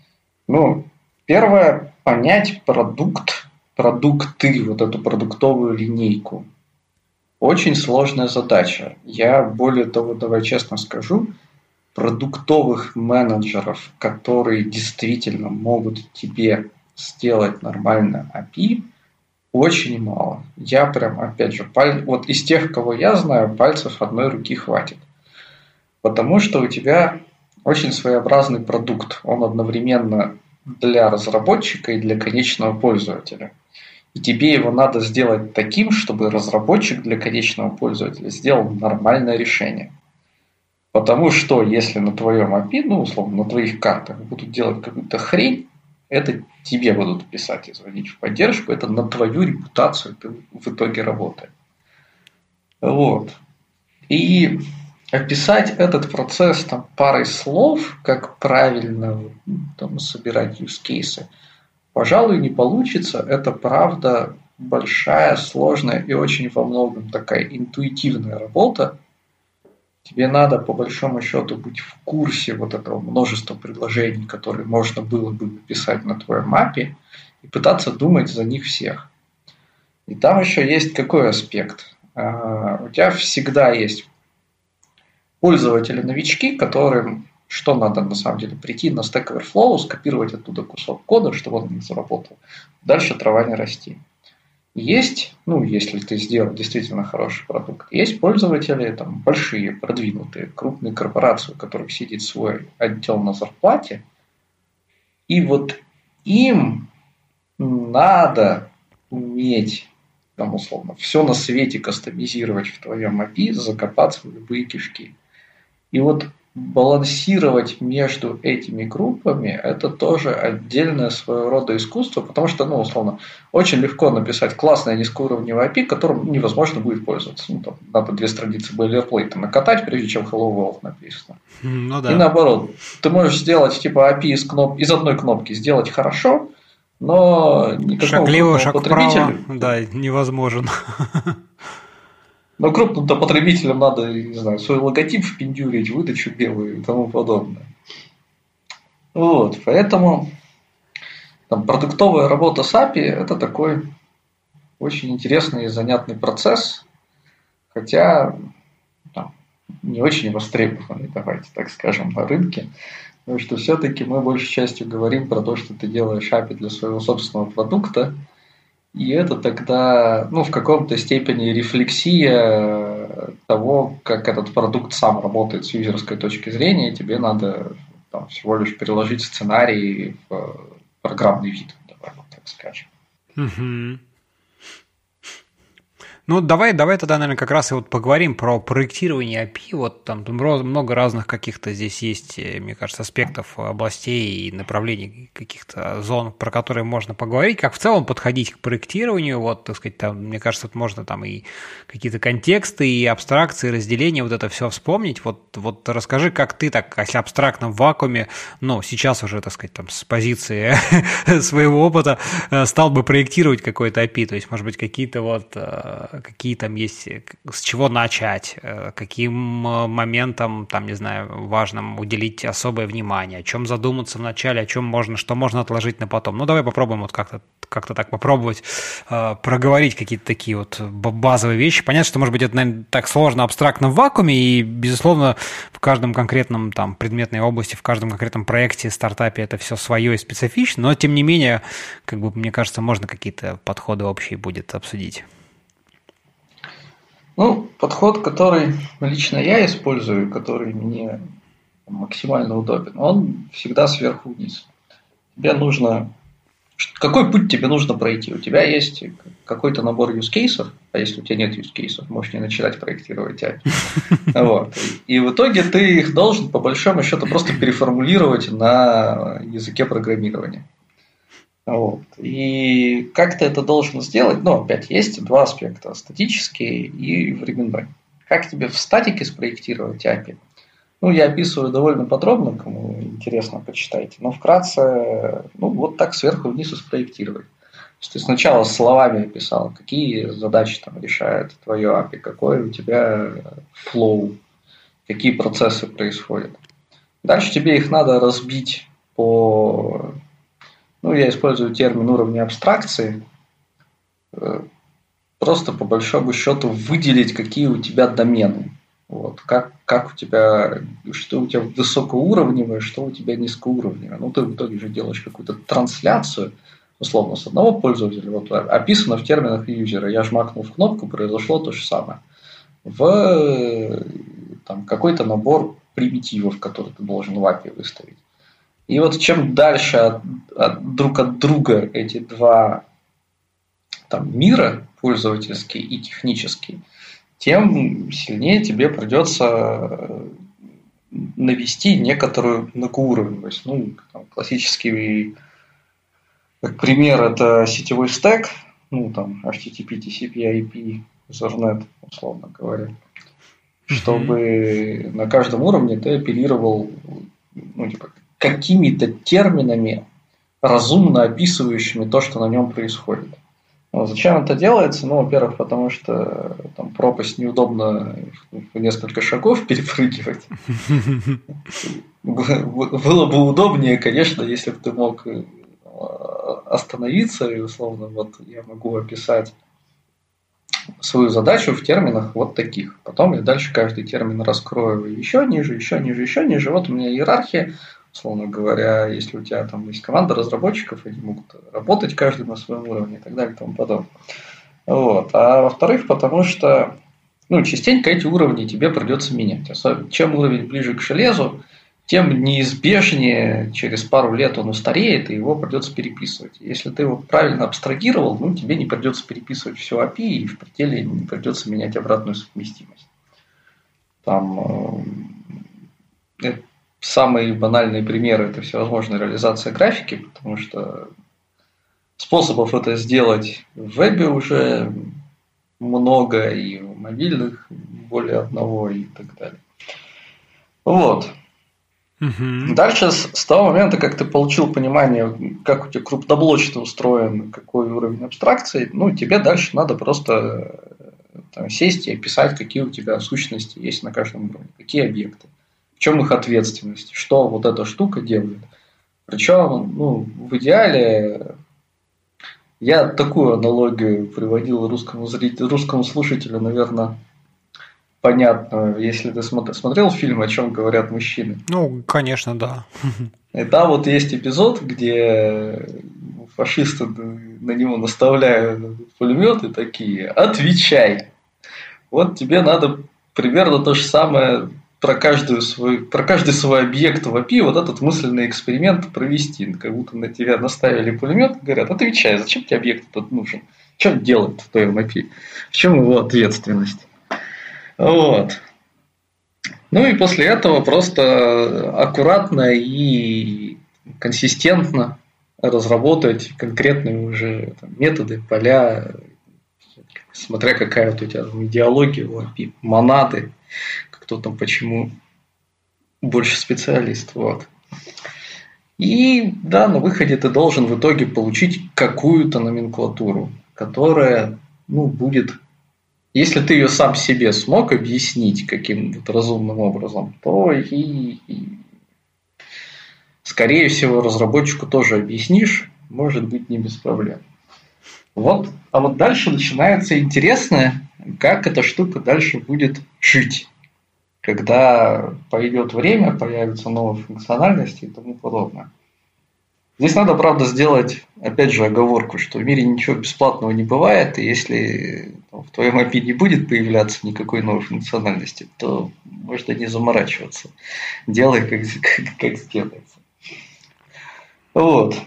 Первое, понять продукты, вот эту продуктовую линейку. Очень сложная задача. Я, более того, давай честно скажу, продуктовых менеджеров, которые действительно могут тебе сделать нормально API, очень мало. Я прям, опять же, вот из тех, кого я знаю, пальцев одной руки хватит. Потому что у тебя очень своеобразный продукт. Он одновременно для разработчика и для конечного пользователя. И тебе его надо сделать таким, чтобы разработчик для конечного пользователя сделал нормальное решение. Потому что если на твоем API, условно, на твоих картах будут делать какую-то хрень, это тебе будут писать и звонить в поддержку, это на твою репутацию ты в итоге работает. Вот. И описать этот процесс парой слов, как правильно собирать юзкейсы, пожалуй, не получится. Это правда большая, сложная и очень во многом такая интуитивная работа. Тебе надо, по большому счету, быть в курсе вот этого множества предложений, которые можно было бы написать на твоем API, и пытаться думать за них всех. И там еще есть какой аспект? У тебя всегда есть пользователи-новички, которым что надо на самом деле? Прийти на Stack Overflow, скопировать оттуда кусок кода, чтобы он не заработал. Дальше трава не расти. Есть, если ты сделал действительно хороший продукт, есть пользователи большие, продвинутые, крупные корпорации, у которых сидит свой отдел на зарплате, и вот им надо уметь, условно, все на свете кастомизировать в твоем API, закопаться в любые кишки. И вот балансировать между этими группами – это тоже отдельное своего рода искусство, потому что, ну, условно, очень легко написать классное низкоуровневое API, которым невозможно будет пользоваться. Ну, там, надо 2 страницы boilerplate накатать, прежде чем Hello World написано. Ну, да. И наоборот, ты можешь сделать типа API из одной кнопки сделать хорошо, но никакого шаг влево, крупного шаг потребителя, вправо, да, невозможен. но крупным-то потребителям надо, не знаю, свой логотип впендюрить, выдачу белую и тому подобное. Вот, поэтому там, продуктовая работа с API – это такой очень интересный и занятный процесс, хотя там, не очень востребованный, давайте так скажем, на рынке, потому что все-таки мы большей частью говорим про то, что ты делаешь API для своего собственного продукта, и это тогда, ну, в каком-то степени рефлексия того, как этот продукт сам работает с юзерской точки зрения, тебе надо там, всего лишь переложить сценарий в программный вид, давай вот так скажем. Угу. Ну, давай тогда, наверное, как раз и вот поговорим про проектирование API. Вот там много разных каких-то здесь есть, мне кажется, аспектов, областей и направлений, каких-то зон, про которые можно поговорить. Как в целом подходить к проектированию, вот, так сказать, там, мне кажется, можно там и какие-то контексты, и абстракции, разделения, вот это все вспомнить. Вот расскажи, как ты так, если абстрактном вакууме, ну, сейчас уже, так сказать, там, с позиции своего опыта стал бы проектировать какой-то API, то есть, может быть, какие-то вот какие там есть, с чего начать, каким моментам, там, не знаю, важным уделить особое внимание, о чем задуматься вначале, о чем можно, что можно отложить на потом. Ну, давай попробуем вот как-то так попробовать проговорить какие-то такие вот базовые вещи. Понятно, что, может быть, это, наверное, так сложно абстрактно в вакууме, и, безусловно, в каждом конкретном там предметной области, в каждом конкретном проекте, стартапе это все свое и специфично, но, тем не менее, как бы, мне кажется, можно какие-то подходы общие будет обсудить. Ну, подход, который лично я использую, который мне максимально удобен, он всегда сверху вниз. Тебе нужно... Какой путь тебе нужно пройти? У тебя есть какой-то набор use-кейсов, а если у тебя нет use-кейсов, можешь не начинать проектировать API. Вот. И в итоге ты их должен, по большому счету, просто переформулировать на языке программирования. Вот. И как ты это должен сделать? Ну, опять есть два аспекта: статический и временной. Как тебе в статике спроектировать API? Ну, я описываю довольно подробно, кому интересно, почитайте. Но вкратце, ну, вот так сверху вниз и спроектировать. То есть ты сначала словами описал, какие задачи там решает твое API, какой у тебя флоу, какие процессы происходят. Дальше тебе их надо разбить по... Ну, я использую термин уровня абстракции. Просто по большому счету выделить, какие у тебя домены. Вот, как у тебя, что у тебя высокоуровневое, что у тебя низкоуровневое. Ну, ты в итоге же делаешь какую-то трансляцию, условно, с одного пользователя. Вот описано в терминах юзера. Я жмакнул в кнопку, произошло то же самое. В там, какой-то набор примитивов, которые ты должен в API выставить. И вот чем дальше друг от друга эти два там, мира, пользовательский и технический, тем сильнее тебе придется навести некоторую многоуровневость. Ну, там, классический как пример это сетевой стек, ну, там, HTTP, TCP, IP, Ethernet, условно говоря, чтобы на каждом уровне ты оперировал, ну, типа, какими-то терминами, разумно описывающими то, что на нем происходит. Ну, зачем это делается? Ну, во-первых, потому что там пропасть неудобно в несколько шагов перепрыгивать. Было бы удобнее, конечно, если бы ты мог остановиться и, условно, вот я могу описать свою задачу в терминах вот таких. Потом я дальше каждый термин раскрою еще ниже, еще ниже, еще ниже. Вот у меня иерархия. Условно говоря, если у тебя там есть команда разработчиков, они могут работать каждый на своем уровне и так далее и тому подобное. Вот. А во-вторых, потому что ну, частенько эти уровни тебе придется менять. Чем уровень ближе к железу, тем неизбежнее через пару лет он устареет, и его придется переписывать. Если ты его правильно абстрагировал, ну, тебе не придется переписывать все API, и в пределе не придется менять обратную совместимость. Там... Самые банальные примеры – это всевозможная реализация графики, потому что способов это сделать в вебе уже много, и в мобильных более одного и так далее. Вот. Дальше, с того момента, как ты получил понимание, как у тебя крупноблочно устроен, какой уровень абстракции, тебе дальше надо просто сесть и описать, какие у тебя сущности есть на каждом уровне, какие объекты, в чем их ответственность, что вот эта штука делает. Причем, в идеале, я такую аналогию приводил русскому слушателю, наверное, понятно, если ты смотрел фильм «О чем говорят мужчины». Конечно, да. И там вот есть эпизод, где фашисты на него наставляют пулеметы такие: «Отвечай!» Вот тебе надо примерно то же самое про каждый свой объект в API вот этот мысленный эксперимент провести. Как будто на тебя наставили пулемет и говорят: «Отвечай, зачем тебе объект этот нужен? Что он делает в твоем API? В чем его ответственность?» Вот. И после этого просто аккуратно и консистентно разработать конкретные уже методы, поля, смотря какая вот у тебя идеология у API, монады, кто там почему больше специалист. Вот. И да, на выходе ты должен в итоге получить какую-то номенклатуру, которая будет... Если ты ее сам себе смог объяснить каким-то разумным образом, то и скорее всего разработчику тоже объяснишь, может быть, не без проблем. Вот. А вот дальше начинается интересное, как эта штука дальше будет жить, когда пойдет время, появятся новые функциональности и тому подобное. Здесь надо, правда, сделать, опять же, оговорку, что в мире ничего бесплатного не бывает, и если в твоем API не будет появляться никакой новой функциональности, то можно не заморачиваться. Делай, как сделается. Вот.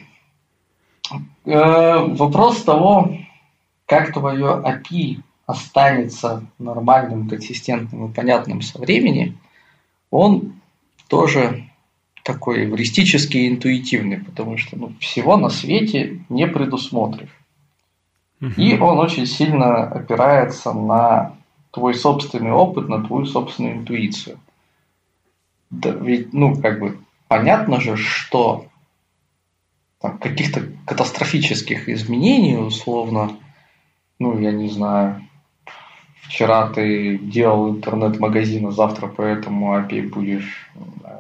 Вопрос того, как твое API останется нормальным, консистентным и понятным со временем, он тоже такой эвристический и интуитивный, потому что всего на свете не предусмотришь. И он очень сильно опирается на твой собственный опыт, на твою собственную интуицию. Да, ведь, понятно же, что каких-то катастрофических изменений, условно, я не знаю, вчера ты делал интернет-магазин, а завтра по этому API будешь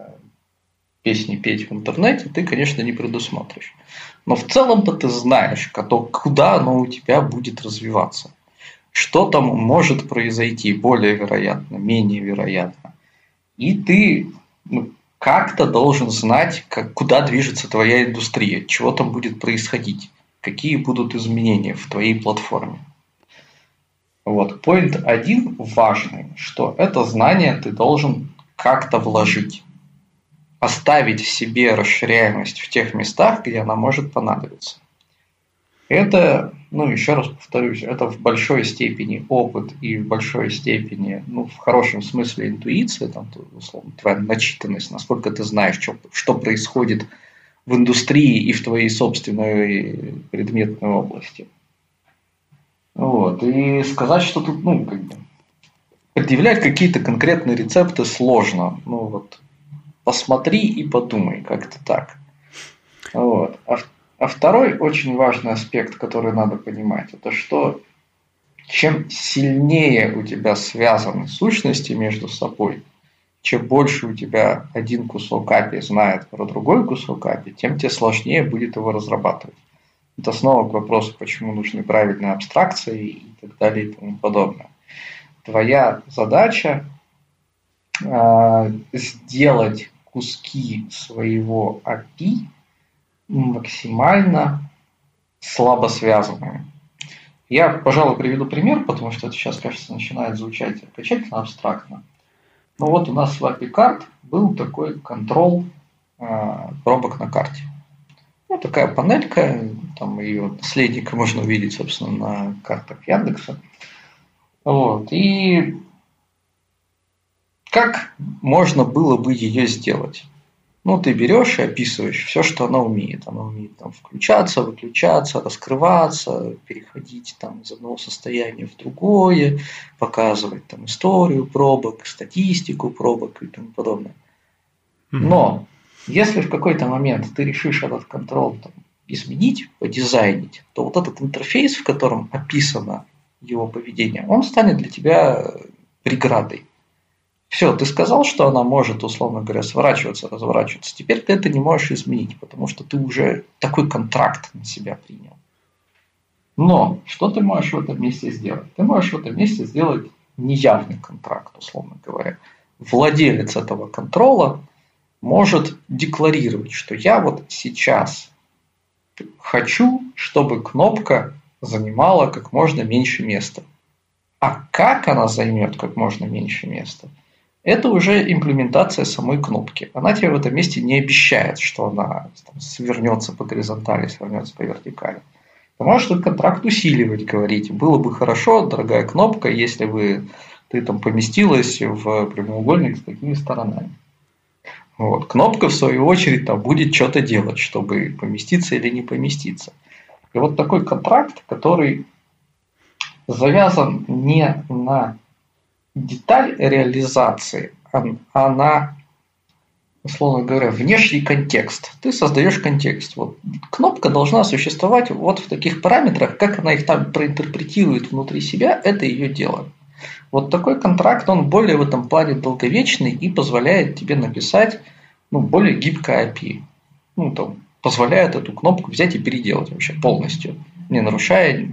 песни петь в интернете, ты, конечно, не предусмотришь. Но в целом-то ты знаешь, куда оно у тебя будет развиваться. Что там может произойти, более вероятно, менее вероятно. И ты как-то должен знать, куда движется твоя индустрия, чего там будет происходить, какие будут изменения в твоей платформе. Вот. Point 1 важный, что это знание ты должен как-то вложить. Оставить в себе расширяемость в тех местах, где она может понадобиться. Это, еще раз повторюсь, это в большой степени опыт и в большой степени, в хорошем смысле интуиция, там, условно, твоя начитанность, насколько ты знаешь, что происходит в индустрии и в твоей собственной предметной области. Вот. И сказать, что тут, предъявлять какие-то конкретные рецепты сложно. Посмотри и подумай, как-то так. Вот. А второй очень важный аспект, который надо понимать, это что чем сильнее у тебя связаны сущности между собой, чем больше у тебя один кусок API знает про другой кусок API, тем тебе сложнее будет его разрабатывать. Это снова к вопросу, почему нужны правильные абстракции и так далее и тому подобное. Твоя задача сделать куски своего API максимально слабо связанными. Я, пожалуй, приведу пример, потому что это сейчас, кажется, начинает звучать окончательно абстрактно. У нас в API Card был такой контрол пробок на карте. Такая панелька, там ее наследника можно увидеть, собственно, на картах Яндекса. Вот. И Как можно было бы ее сделать? Ну, ты берешь и описываешь все, что она умеет. Она умеет там, включаться, выключаться, раскрываться, переходить там, из одного состояния в другое, показывать там, историю пробок, статистику пробок и тому подобное. Но если в какой-то момент ты решишь этот контрол там, изменить, подизайнить, то вот этот интерфейс, в котором описано его поведение, он станет для тебя преградой. Все, ты сказал, что она может, условно говоря, сворачиваться, разворачиваться. Теперь ты это не можешь изменить, потому что ты уже такой контракт на себя принял. Но что ты можешь в этом месте сделать? Ты можешь в этом месте сделать неявный контракт, условно говоря. Владелец этого контрола может декларировать, что я вот сейчас хочу, чтобы кнопка занимала как можно меньше места. А как она займет как можно меньше места, это уже имплементация самой кнопки. Она тебе в этом месте не обещает, что она там, свернется по горизонтали, свернется по вертикали. Ты можешь этот контракт усиливать, говорить, было бы хорошо, дорогая кнопка, если бы ты там поместилась в прямоугольник с такими сторонами. Вот. Кнопка, в свою очередь, там, будет что-то делать, чтобы поместиться или не поместиться. И вот такой контракт, который завязан не на деталь реализации, а на, условно говоря, внешний контекст. Ты создаешь контекст. Вот. Кнопка должна существовать вот в таких параметрах, как она их там проинтерпретирует внутри себя, это ее дело. Вот такой контракт, он более в этом плане долговечный и позволяет тебе написать более гибкое API. Там, позволяет эту кнопку взять и переделать вообще полностью, не нарушая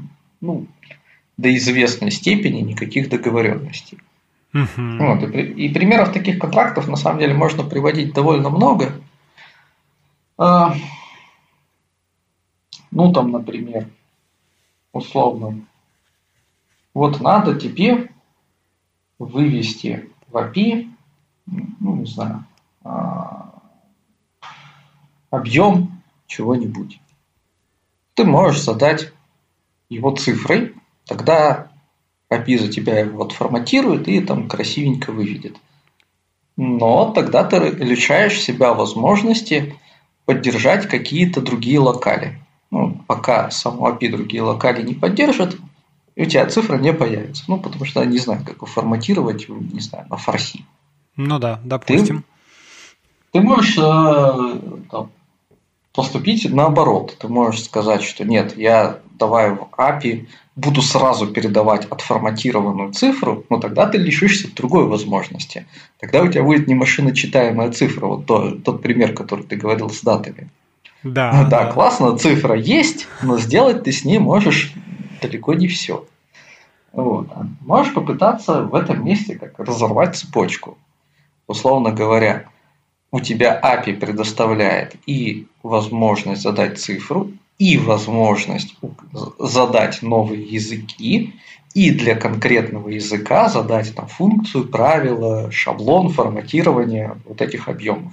до известной степени никаких договоренностей. Вот, и примеров таких контрактов на самом деле можно приводить довольно много. Там, например, условно, вот надо тебе вывести в API, не знаю, объем чего-нибудь. Ты можешь задать его цифрой, тогда API за тебя его отформатирует и там красивенько выведет. Но тогда ты лишаешь себя возможности поддержать какие-то другие локали. Пока само API другие локали не поддержит, у тебя цифра не появится. Потому что я не знаю, как его форматировать, не знаю, на фарси. Ну да, допустим. Ты можешь поступить наоборот. Ты можешь сказать, что нет, я давай в API буду сразу передавать отформатированную цифру, но тогда ты лишишься другой возможности. Тогда у тебя будет не машиночитаемая цифра. Вот тот пример, который ты говорил с датами. Да, классно, цифра есть, но сделать ты с ней можешь далеко не все. Вот. Можешь попытаться в этом месте как разорвать цепочку. Условно говоря, у тебя API предоставляет и возможность задать цифру, и возможность задать новые языки, и для конкретного языка задать там функцию, правило, шаблон форматирования вот этих объемов.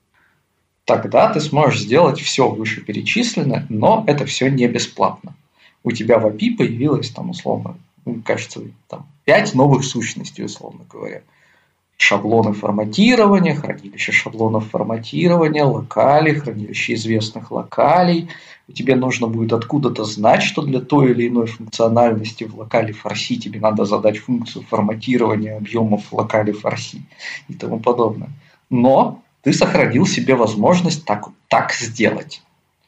Тогда ты сможешь сделать все вышеперечисленное, но это все не бесплатно. У тебя в API появилось там условно, кажется, там 5 новых сущностей, условно говоря. Шаблоны форматирования, хранилище шаблонов форматирования, локали, хранилище известных локалей. И тебе нужно будет откуда-то знать, что для той или иной функциональности в локале фарси тебе надо задать функцию форматирования объемов в локале фарси и тому подобное. Но ты сохранил себе возможность так сделать.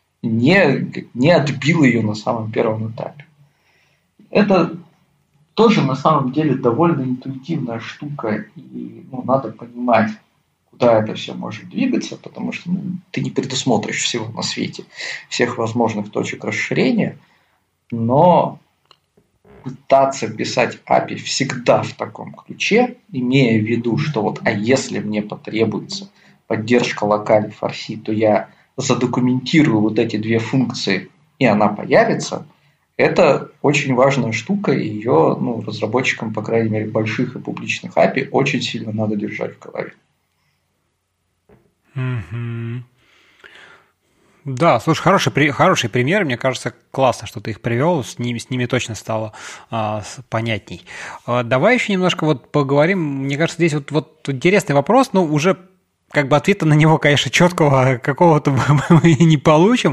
Не отбил ее на самом первом этапе. Это тоже на самом деле довольно интуитивная штука, и надо понимать, куда это все может двигаться, потому что ты не предусмотришь всего на свете, всех возможных точек расширения, но пытаться писать API всегда в таком ключе, имея в виду, что а если мне потребуется поддержка локали фарси, то я задокументирую вот эти две функции, и она появится. Это очень важная штука, и ее разработчикам, по крайней мере, больших и публичных API очень сильно надо держать в голове. Да, слушай, хороший пример, мне кажется, классно, что ты их привел, с ними точно стало понятней. Давай еще немножко вот поговорим, мне кажется, здесь вот интересный вопрос, но уже как бы ответа на него, конечно, четкого какого-то мы не получим,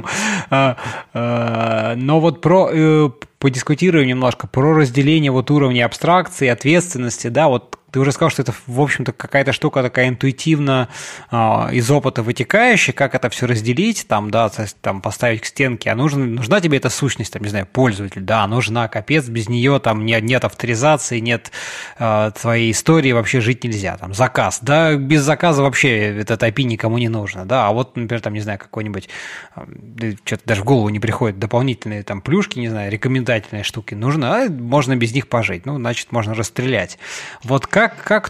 но вот подискутируем немножко про разделение вот уровней абстракции, ответственности, да, вот ты уже сказал, что это, в общем-то, какая-то штука такая интуитивно из опыта вытекающая, как это все разделить, там, да, там, поставить к стенке, а нужна тебе эта сущность, там, не знаю, пользователь, да, нужна, капец, без нее там нет авторизации, нет твоей истории, вообще жить нельзя, там, заказ, да, без заказа вообще этот API никому не нужно, да, а вот, например, там, не знаю, какой-нибудь, что-то даже в голову не приходит, дополнительные там плюшки, не знаю, рекомендательные штуки нужны, а можно без них пожить, ну, значит, можно расстрелять. Вот как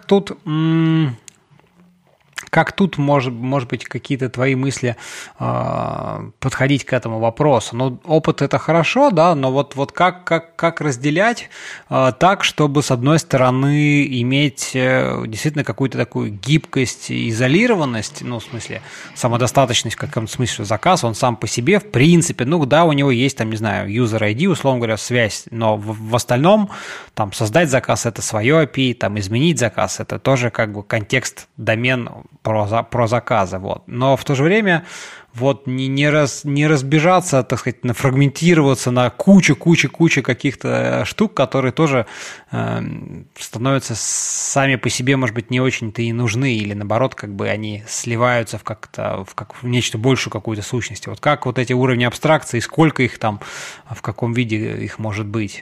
тут может быть какие-то твои мысли подходить к этому вопросу? Ну, опыт – это хорошо, да, но вот как разделять так, чтобы, с одной стороны, иметь действительно какую-то такую гибкость и изолированность, ну, в смысле, самодостаточность, в каком смысле, что заказ, он сам по себе, в принципе, ну, да, у него есть, там, не знаю, user ID, условно говоря, связь, но в остальном, там, создать заказ – это свое API, там, изменить заказ – это тоже как бы контекст, домен про заказы, вот. Но в то же время вот не разбежаться, так сказать, фрагментироваться на кучу каких-то штук, которые тоже становятся сами по себе, может быть, не очень-то и нужны, или наоборот, как бы они сливаются в нечто большую какую-то сущность. Вот как вот эти уровни абстракции, сколько их там, в каком виде их может быть?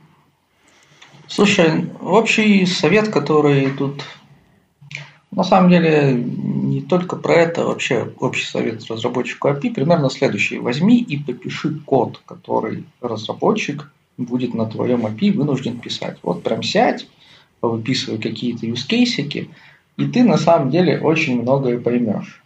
Слушай, общий совет, который тут на самом деле не только про это, вообще общий совет разработчику API примерно следующий. Возьми и попиши код, который разработчик будет на твоем API вынужден писать. Вот прям сядь, выписывай какие-то юзкейсики, и ты на самом деле очень многое поймешь.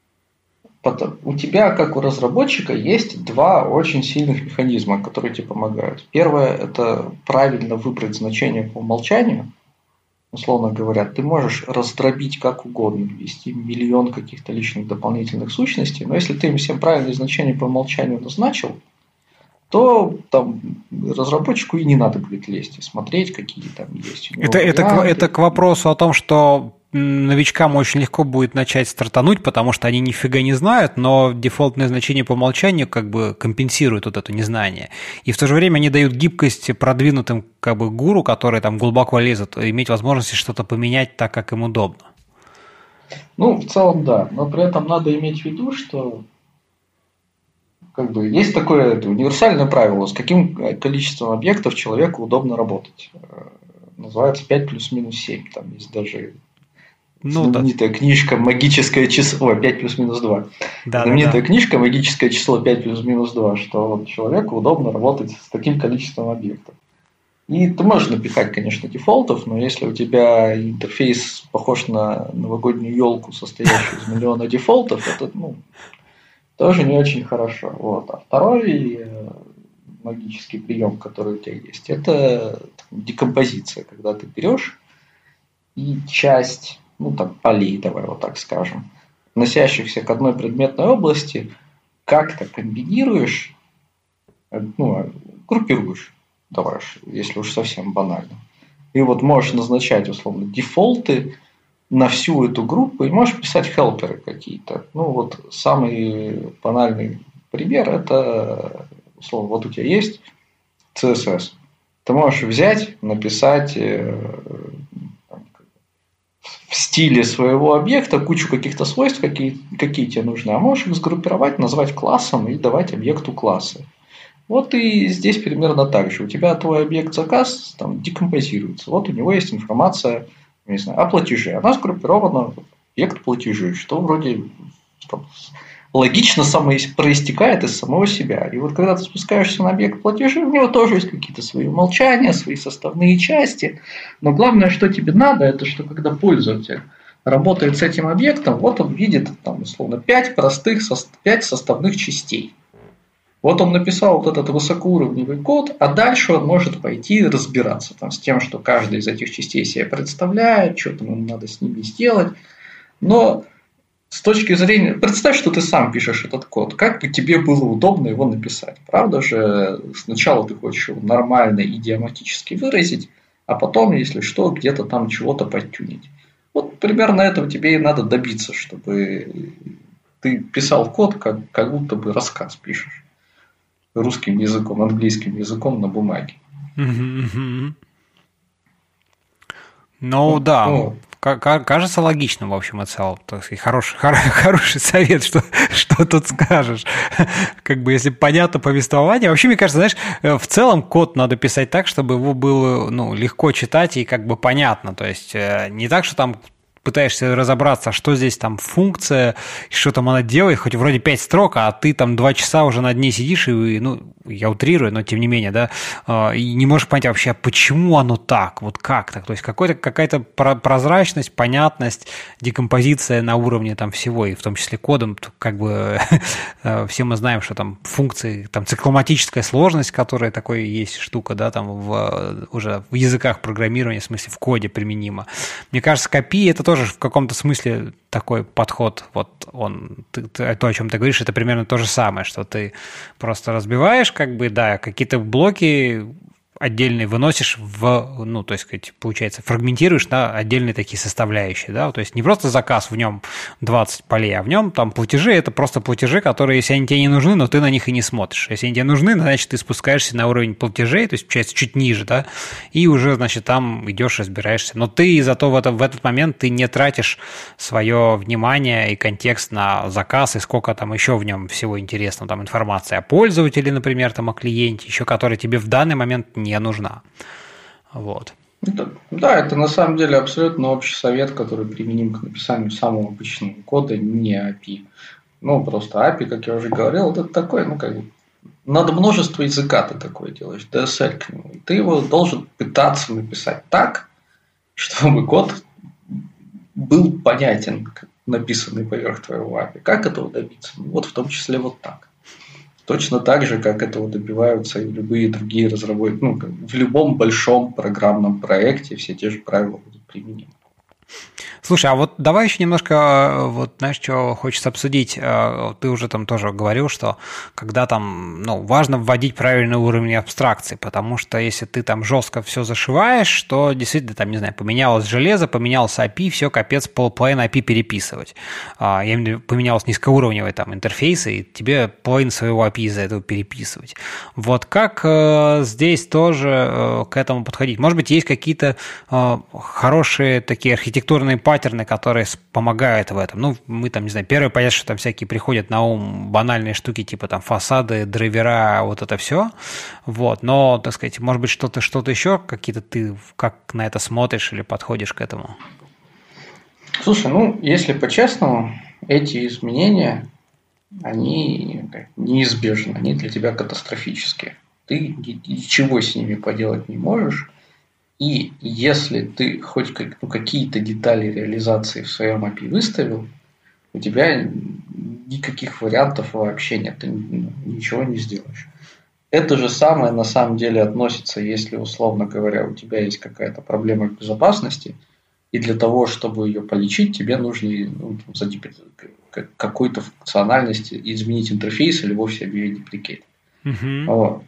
У тебя, как у разработчика, есть два очень сильных механизма, которые тебе помогают. Первое – это правильно выбрать значение по умолчанию. Условно говоря, ты можешь раздробить как угодно, ввести миллион каких-то личных дополнительных сущностей, но если ты им всем правильные значения по умолчанию назначил, то там разработчику и не надо будет лезть и смотреть, какие там есть у него это к вопросу о том, что новичкам очень легко будет начать стартануть, потому что они нифига не знают, но дефолтное значение по умолчанию как бы компенсирует вот это незнание. И в то же время они дают гибкость продвинутым как бы гуру, которые там глубоко лезут, иметь возможность что-то поменять так, как им удобно. Ну, в целом, да. Но при этом надо иметь в виду, что как бы есть такое универсальное правило, с каким количеством объектов человеку удобно работать. Называется 5 плюс-минус 7. Там есть даже знаменитая книжка «Магическое число», 5 плюс-минус 2. Знаменитая книжка «Магическое число 5 плюс-минус 2», что вот человеку удобно работать с таким количеством объектов. И ты можешь напихать, конечно, дефолтов, но если у тебя интерфейс похож на новогоднюю елку, состоящую из миллиона дефолтов, это тоже не очень хорошо. Вот. А второй магический прием, который у тебя есть, это декомпозиция, когда ты берешь и часть, полей, давай вот так скажем, относящихся к одной предметной области, как-то комбинируешь, группируешь, давай, если уж совсем банально. И вот можешь назначать, условно, дефолты на всю эту группу, и можешь писать хелперы какие-то. Вот самый банальный пример – это, условно, вот у тебя есть CSS. Ты можешь взять, написать в стиле своего объекта кучу каких-то свойств, какие тебе нужны, а можешь их сгруппировать, назвать классом и давать объекту классы. Вот и здесь примерно так же. У тебя твой объект заказ там декомпозируется. Вот у него есть информация, не знаю, о платеже. Она сгруппирована в объект платежи, что вроде логично проистекает из самого себя. И вот когда ты спускаешься на объект платежи, у него тоже есть какие-то свои умолчания, свои составные части. Но главное, что тебе надо, это что когда пользователь работает с этим объектом, вот он видит, там, условно, 5 составных частей. Вот он написал вот этот высокоуровневый код, а дальше он может пойти разбираться там, с тем, что каждая из этих частей себя представляет, что там ему надо с ними сделать. Но с точки зрения... Представь, что ты сам пишешь этот код. Как бы тебе было удобно его написать? Правда же, сначала ты хочешь его нормально идиоматически выразить, а потом, если что, где-то там чего-то подтюнить. Вот примерно этого тебе и надо добиться, чтобы ты писал код, как будто бы рассказ пишешь. Русским языком, английским языком на бумаге. Ну да, кажется логичным, в общем и целом. То есть хороший совет, что тут скажешь. Как бы если понятно повествование. Вообще, мне кажется, знаешь, в целом код надо писать так, чтобы его было легко читать и как бы понятно. То есть не так, что там пытаешься разобраться, что здесь там функция, что там она делает, хоть вроде 5 строк, а ты там 2 часа уже над ней сидишь, и, я утрирую, но тем не менее, да, и не можешь понять вообще, почему оно так, вот как так, то есть какая-то прозрачность, понятность, декомпозиция на уровне там всего, и в том числе кодом, как бы все мы знаем, что там функции, там цикломатическая сложность, которая такой есть штука, да, там уже в языках программирования, в смысле в коде применима. Мне кажется, копии это тоже в каком-то смысле такой подход, вот то, о чем ты говоришь, это примерно то же самое, что ты просто разбиваешь, как бы, да, какие-то блоки отдельные выносишь то есть, сказать, получается, фрагментируешь на отдельные такие составляющие, да, то есть не просто заказ, в нем 20 полей, а в нем там платежи, это просто платежи, которые, если они тебе не нужны, но ты на них и не смотришь. Если они тебе нужны, значит, ты спускаешься на уровень платежей, то есть, получается, чуть ниже, да, и уже, значит, там идешь, разбираешься. Но ты зато в этот момент ты не тратишь свое внимание и контекст на заказ, и сколько там еще в нем всего интересного, там информация о пользователе, например, там о клиенте, еще которая тебе в данный момент не нужна. Вот. Да, это на самом деле абсолютно общий совет, который применим к написанию самого обычного кода, не API. Просто API, как я уже говорил, это такой, надо множество языка ты такое делаешь, DSL к нему. И ты его должен пытаться написать так, чтобы код был понятен, написанный поверх твоего API. Как этого добиться? Вот в том числе вот так. Точно так же, как этого добиваются и любые другие разработчики. В любом большом программном проекте все те же правила будут применены. Слушай, а вот давай еще немножко, знаешь, что хочется обсудить. Ты уже там тоже говорил, что когда там, важно вводить правильный уровень абстракции, потому что если ты там жестко все зашиваешь, то действительно, там, не знаю, поменялось железо, поменялся API, все, капец, половину API переписывать. Я имею в виду, поменялось низкоуровневые там интерфейсы, и тебе половину своего API из-за этого переписывать. Вот как здесь тоже к этому подходить? Может быть, есть какие-то хорошие такие архитектурные паттерны, которые помогают в этом. Мы там, не знаю, первое, понятно, что там всякие приходят на ум банальные штуки, типа там фасады, драйвера, вот это все. Вот. Но, так сказать, может быть, что-то еще, какие-то ты как на это смотришь или подходишь к этому? Слушай, если по-честному, эти изменения, они неизбежны, они для тебя катастрофические. Ты ничего с ними поделать не можешь. И если ты хоть какие-то детали реализации в своем API выставил, у тебя никаких вариантов вообще нет, ты ничего не сделаешь. Это же самое на самом деле относится, если, условно говоря, у тебя есть какая-то проблема безопасности, и для того, чтобы ее полечить, тебе нужно какой-то функциональности изменить интерфейс или вовсе объявить деприкейт. Вот.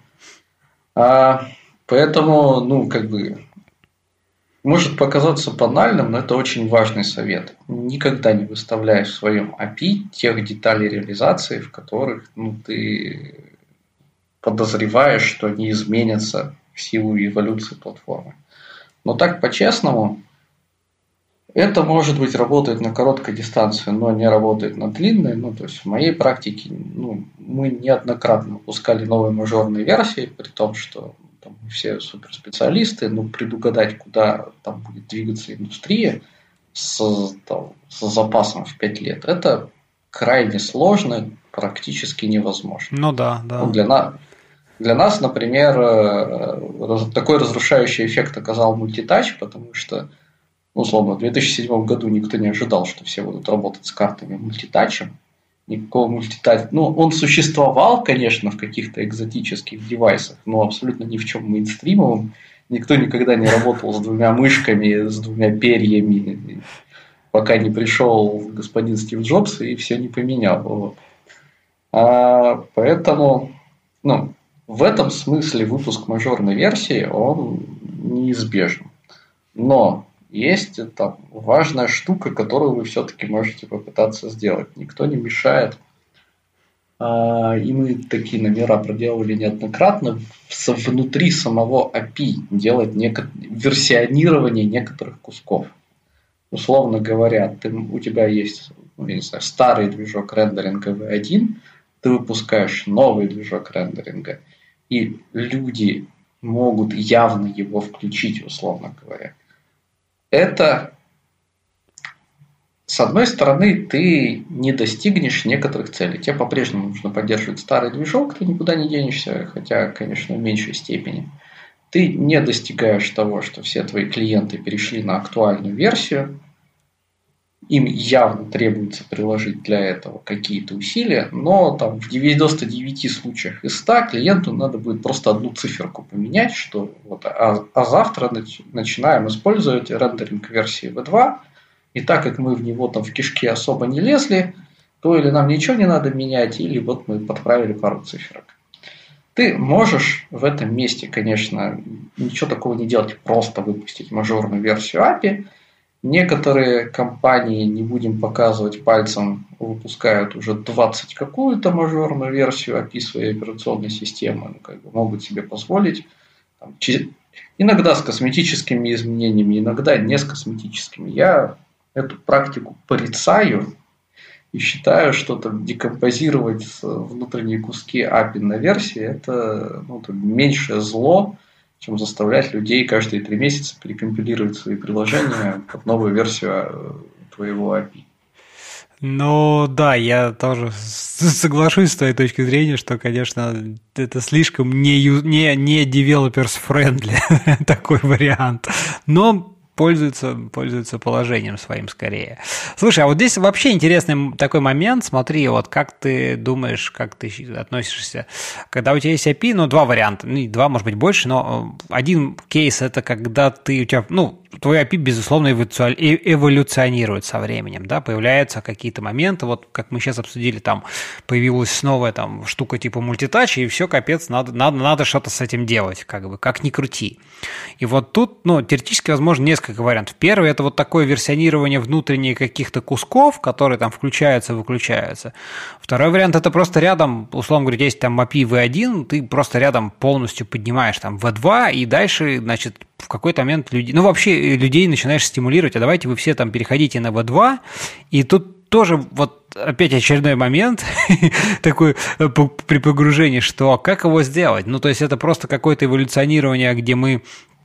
Поэтому, может показаться банальным, но это очень важный совет. Никогда не выставляй в своем API тех деталей реализации, в которых ты подозреваешь, что они изменятся в силу эволюции платформы. Но так по-честному, это, может быть, работает на короткой дистанции, но не работает на длинной. То есть в моей практике мы неоднократно выпускали новые мажорные версии, при том, что там все суперспециалисты, предугадать, куда там будет двигаться индустрия с запасом в 5 лет, это крайне сложно, практически невозможно. Да. Для нас, например, такой разрушающий эффект оказал мультитач, потому что, условно, в 2007 году никто не ожидал, что все будут работать с картами мультитачем. Никакого мультитача. Он существовал, конечно, в каких-то экзотических девайсах, но абсолютно ни в чем мейнстримовом. Никто никогда не работал с 2 мышками, с 2 перьями. пока не пришел господин Стив Джобс и все не поменял. Вот. Поэтому, в этом смысле выпуск мажорной версии, он неизбежен. Но есть там важная штука, которую вы все-таки можете попытаться сделать. Никто не мешает. И мы такие номера проделывали неоднократно. Внутри самого API делать версионирование некоторых кусков. Условно говоря, у тебя есть старый движок рендеринга V1, ты выпускаешь новый движок рендеринга, и люди могут явно его включить, условно говоря. Это, с одной стороны, ты не достигнешь некоторых целей. Тебе по-прежнему нужно поддерживать старый движок, ты никуда не денешься, хотя, конечно, в меньшей степени. Ты не достигаешь того, что все твои клиенты перешли на актуальную версию. Им явно требуется приложить для этого какие-то усилия, но там в 99 случаях из 100 клиенту надо будет просто одну циферку поменять, что завтра начинаем использовать рендеринг версии V2, и так как мы в него там в кишки особо не лезли, то или нам ничего не надо менять, или мы подправили пару циферок. Ты можешь в этом месте, конечно, ничего такого не делать, просто выпустить мажорную версию API. Некоторые компании, не будем показывать пальцем, выпускают уже 20 какую-то мажорную версию API своей операционной системы, могут себе позволить. Иногда с косметическими изменениями, иногда не с косметическими. Я эту практику порицаю и считаю, что декомпозировать внутренние куски API на версии – это меньшее зло, чем заставлять людей каждые 3 месяца перекомпилировать свои приложения под новую версию твоего API. Ну да, я тоже соглашусь с твоей точки зрения, что, конечно, это слишком не developers friendly такой вариант. Но пользуются положением своим скорее. Слушай, а вот здесь вообще интересный такой момент. Смотри, вот как ты думаешь, как ты относишься, когда у тебя есть API, 2 варианта, 2, может быть, больше, но один кейс – это когда твой API, безусловно, эволюционирует со временем, да, появляются какие-то моменты, вот как мы сейчас обсудили, там появилась новая штука типа мультитач, и все, капец, надо что-то с этим делать, как ни крути. И вот тут, теоретически, возможно, несколько вариантов. Первый – это вот такое версионирование внутренних каких-то кусков, которые там включаются, выключаются. Второй вариант – это просто рядом, условно говоря, есть там API V1, ты просто рядом полностью поднимаешь там V2, и дальше, значит, в какой-то момент людей начинаешь стимулировать, а давайте вы все там переходите на V2, и тут тоже опять очередной момент такой при погружении, что как его сделать? То есть это просто какое-то эволюционирование, где мы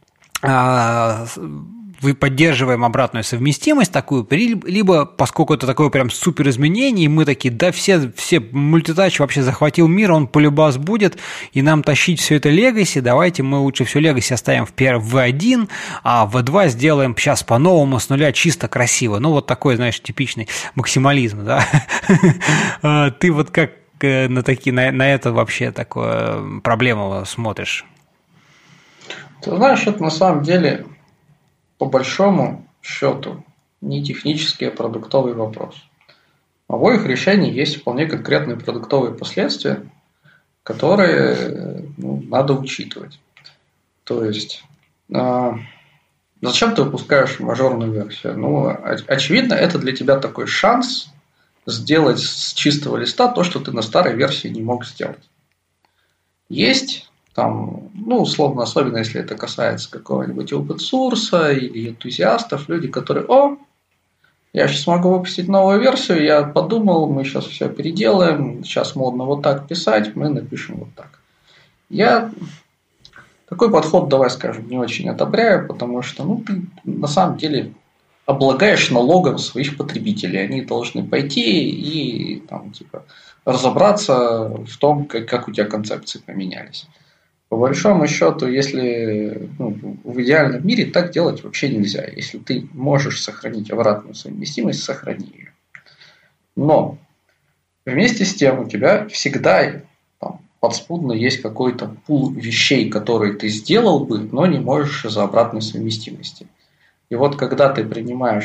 поддерживаем обратную совместимость такую, либо поскольку это такое прям супер изменение, и мы такие, да, все мультитач вообще захватил мир, он полюбас будет, и нам тащить все это легаси, давайте мы лучше все легаси оставим в V1, а V2 сделаем сейчас по-новому с нуля чисто красиво. Вот такой, знаешь, типичный максимализм, да. Ты как на это вообще такую проблему смотришь? Ты знаешь, это на самом деле по большому счету не технический, а продуктовый вопрос. У обоих решений есть вполне конкретные продуктовые последствия, которые надо учитывать. То есть, зачем ты выпускаешь мажорную версию? Очевидно, это для тебя такой шанс сделать с чистого листа то, что ты на старой версии не мог сделать. Есть условно, особенно если это касается какого-нибудь open source или энтузиастов, люди, которые, я сейчас могу выпустить новую версию, я подумал, мы сейчас все переделаем, сейчас модно вот так писать, мы напишем вот так. Я такой подход, давай скажем, не очень одобряю, потому что, ты на самом деле облагаешь налогом своих потребителей. Они должны пойти и разобраться в том, как у тебя концепции поменялись. По большому счету, если в идеальном мире так делать вообще нельзя. Если ты можешь сохранить обратную совместимость, сохрани ее. Но вместе с тем у тебя всегда подспудно есть какой-то пул вещей, которые ты сделал бы, но не можешь из-за обратной совместимости. И когда ты принимаешь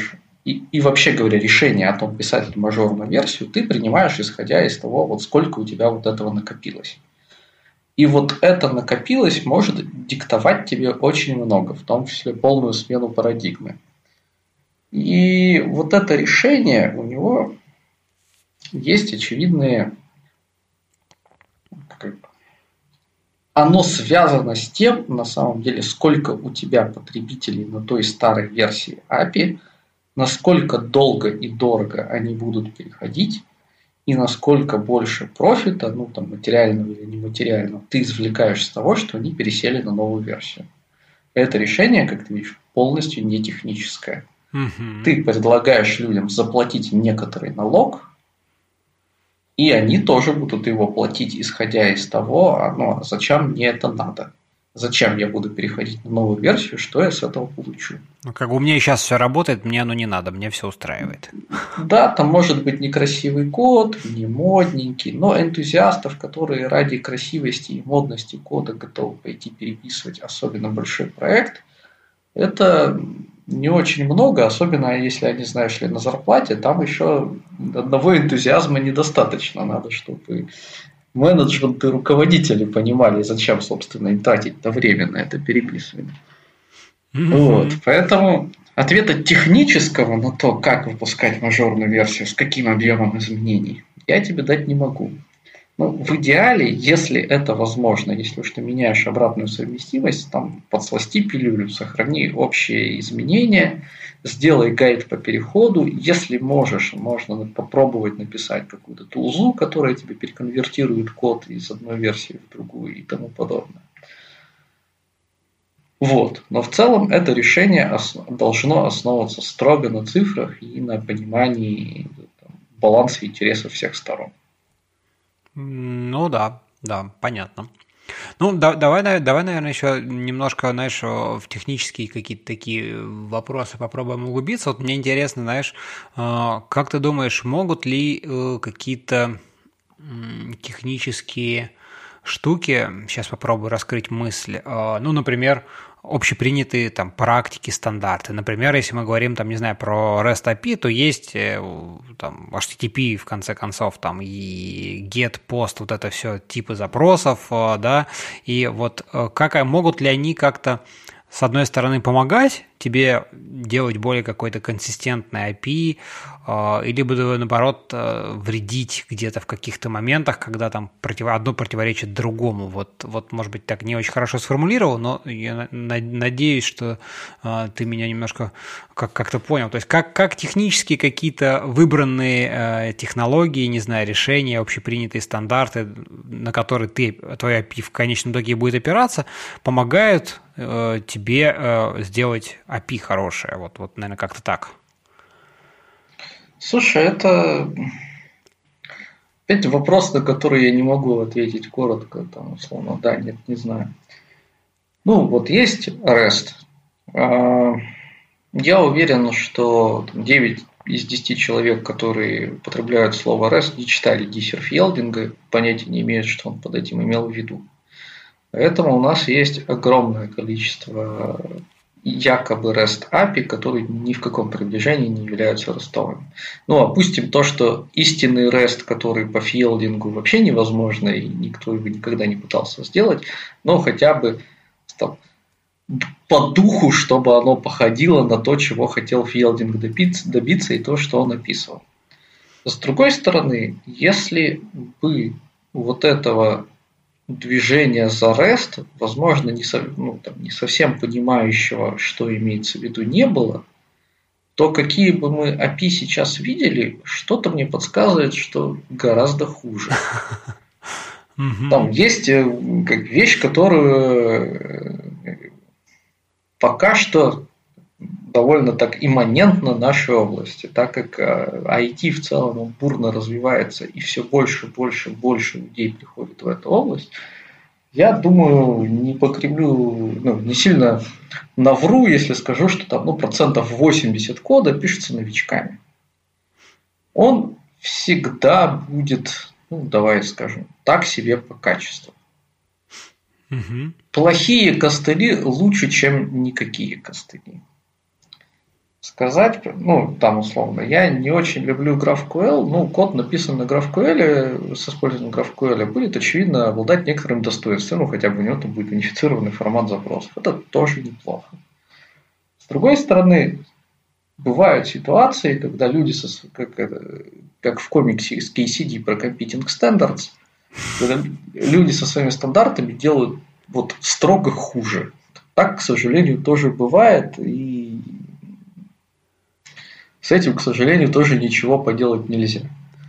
и вообще говоря, решение о том, писать ли мажорную версию, ты принимаешь, исходя из того, вот сколько у тебя вот этого накопилось. И вот это накопилось может диктовать тебе очень много, в том числе полную смену парадигмы. И вот это решение, у него есть очевидные... Оно связано с тем, на самом деле, сколько у тебя потребителей на той старой версии API, насколько долго и дорого они будут переходить, и насколько больше профита, ну там материального или нематериального, ты извлекаешь с того, что они пересели на новую версию. Это решение, как ты видишь, полностью не техническое. Ты предлагаешь людям заплатить некоторый налог, и они тоже будут его платить, исходя из того, ну, зачем мне это надо. Зачем я буду переходить на новую версию, что я с этого получу. Ну, как у меня сейчас все работает, мне оно не надо, мне все устраивает. Да, там может быть некрасивый код, не модненький, но энтузиастов, которые ради красивости и модности кода готовы пойти переписывать особенно большой проект, это не очень много, особенно если они, знаешь ли, на зарплате, там еще одного энтузиазма недостаточно, надо, чтобы менеджмент и руководители понимали, зачем, собственно, им тратить время на это переписывание. Вот, поэтому ответа технического на то, как выпускать мажорную версию, с каким объемом изменений, я тебе дать не могу. Ну, в идеале, если это возможно, если уж ты меняешь обратную совместимость, там, подсласти пилюлю, сохрани общие изменения, сделай гайд по переходу. Если можешь, можно попробовать написать какую-то тулзу, которая тебе переконвертирует код из одной версии в другую и тому подобное. Вот. Но в целом это решение должно основываться строго на цифрах и на понимании баланса интересов всех сторон. Ну да, понятно. Ну, давай, наверное, еще немножко, знаешь, в технические какие-то такие вопросы попробуем углубиться. Вот мне интересно, знаешь, как ты думаешь, могут ли какие-то технические штуки, сейчас попробую раскрыть мысль, ну, например, общепринятые там практики, стандарты. Например, если мы говорим там, не знаю, про REST API, то есть там HTTP в конце концов, там и GET, POST, вот это все типы запросов, да, и вот могут ли они как-то с одной стороны помогать тебе делать более какой-то консистентный API, либо наоборот вредить где-то в каких-то моментах, когда там одно противоречит другому. Вот, может быть, так не очень хорошо сформулировал, но я надеюсь, что ты меня немножко как-то понял. То есть как технически какие-то выбранные технологии, не знаю, решения, общепринятые стандарты, на которые твой API в конечном итоге будет опираться, помогают тебе сделать API хорошее. Вот, наверное, как-то так. Слушай, это опять вопрос, на который я не могу ответить коротко, там, условно, да, нет, не знаю. Ну, вот есть REST. Я уверен, что 9 из 10 человек, которые употребляют слово REST, не читали диссер Фьелдинга, понятия не имеют, что он под этим имел в виду. Поэтому у нас есть огромное количество якобы REST API, которые ни в каком приближении не являются рестовыми. Ну, опустим то, что истинный REST, который по фьелдингу вообще невозможно, и никто его никогда не пытался сделать, но хотя бы там, по духу, чтобы оно походило на то, чего хотел фьелдинг добиться, и то, что он описывал. С другой стороны, если бы вот этого движения за REST, возможно, не совсем понимающего, что имеется в виду, не было, то какие бы мы API сейчас видели, что-то мне подсказывает, что гораздо хуже. Там есть вещь, которую пока что довольно так имманентна нашей области, так как IT в целом бурно развивается и все больше людей приходит в эту область. Я думаю, не покривлю, не сильно навру, если скажу, что там 80% кода пишется новичками. Он всегда будет, давай скажем, так себе по качеству. Плохие костыли лучше, чем никакие костыли. сказать, ну, там условно, я не очень люблю GraphQL, ну, код, написанный на GraphQL, с использованием GraphQL, будет, очевидно, обладать некоторым достоинством, ну, хотя бы у него там будет унифицированный формат запросов. Это тоже неплохо. С другой стороны, бывают ситуации, когда люди, как в комиксе из KCD про Competing Standards, когда люди со своими стандартами делают вот строго хуже. Так, к сожалению, тоже бывает, и с этим, к сожалению, тоже ничего поделать нельзя.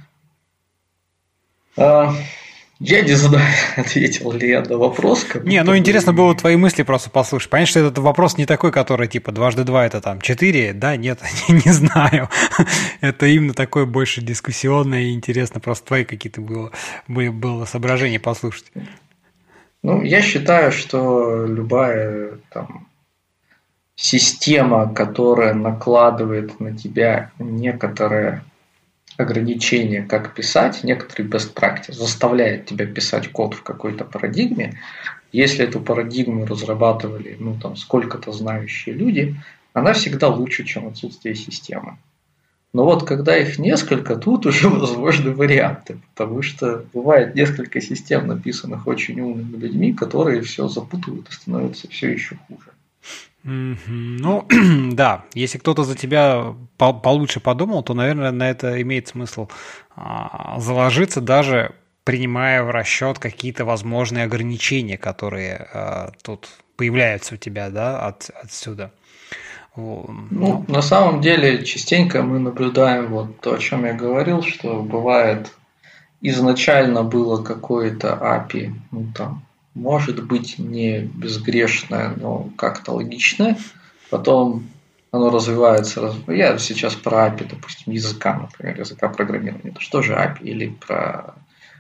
Я не знаю, ответил ли я на вопрос. Не, ну интересно было твои мысли просто послушать. Понятно, что этот вопрос не такой, который типа 2 × 2 это там 4, да, нет, не знаю. Это именно такое больше дискуссионное и интересно просто твои какие-то было соображения послушать. Ну, я считаю, что любая там система, которая накладывает на тебя некоторые ограничения, как писать, некоторые best practice, заставляет тебя писать код в какой-то парадигме. Если эту парадигму разрабатывали, ну, там, сколько-то знающие люди, она всегда лучше, чем отсутствие системы. Но вот когда их несколько, тут уже возможны варианты, потому что бывает несколько систем, написанных очень умными людьми, которые все запутывают и становятся все еще хуже. Ну, да, если кто-то за тебя получше подумал, то, наверное, на это имеет смысл заложиться, даже принимая в расчет какие-то возможные ограничения, которые тут появляются у тебя, да, отсюда. Ну, на самом деле, частенько мы наблюдаем вот то, о чем я говорил, что бывает изначально было какое-то API, ну там, может быть не безгрешное, но как-то логичное, потом оно развивается. Я сейчас про API, допустим, языка, например, языка программирования. Это что же API? Или про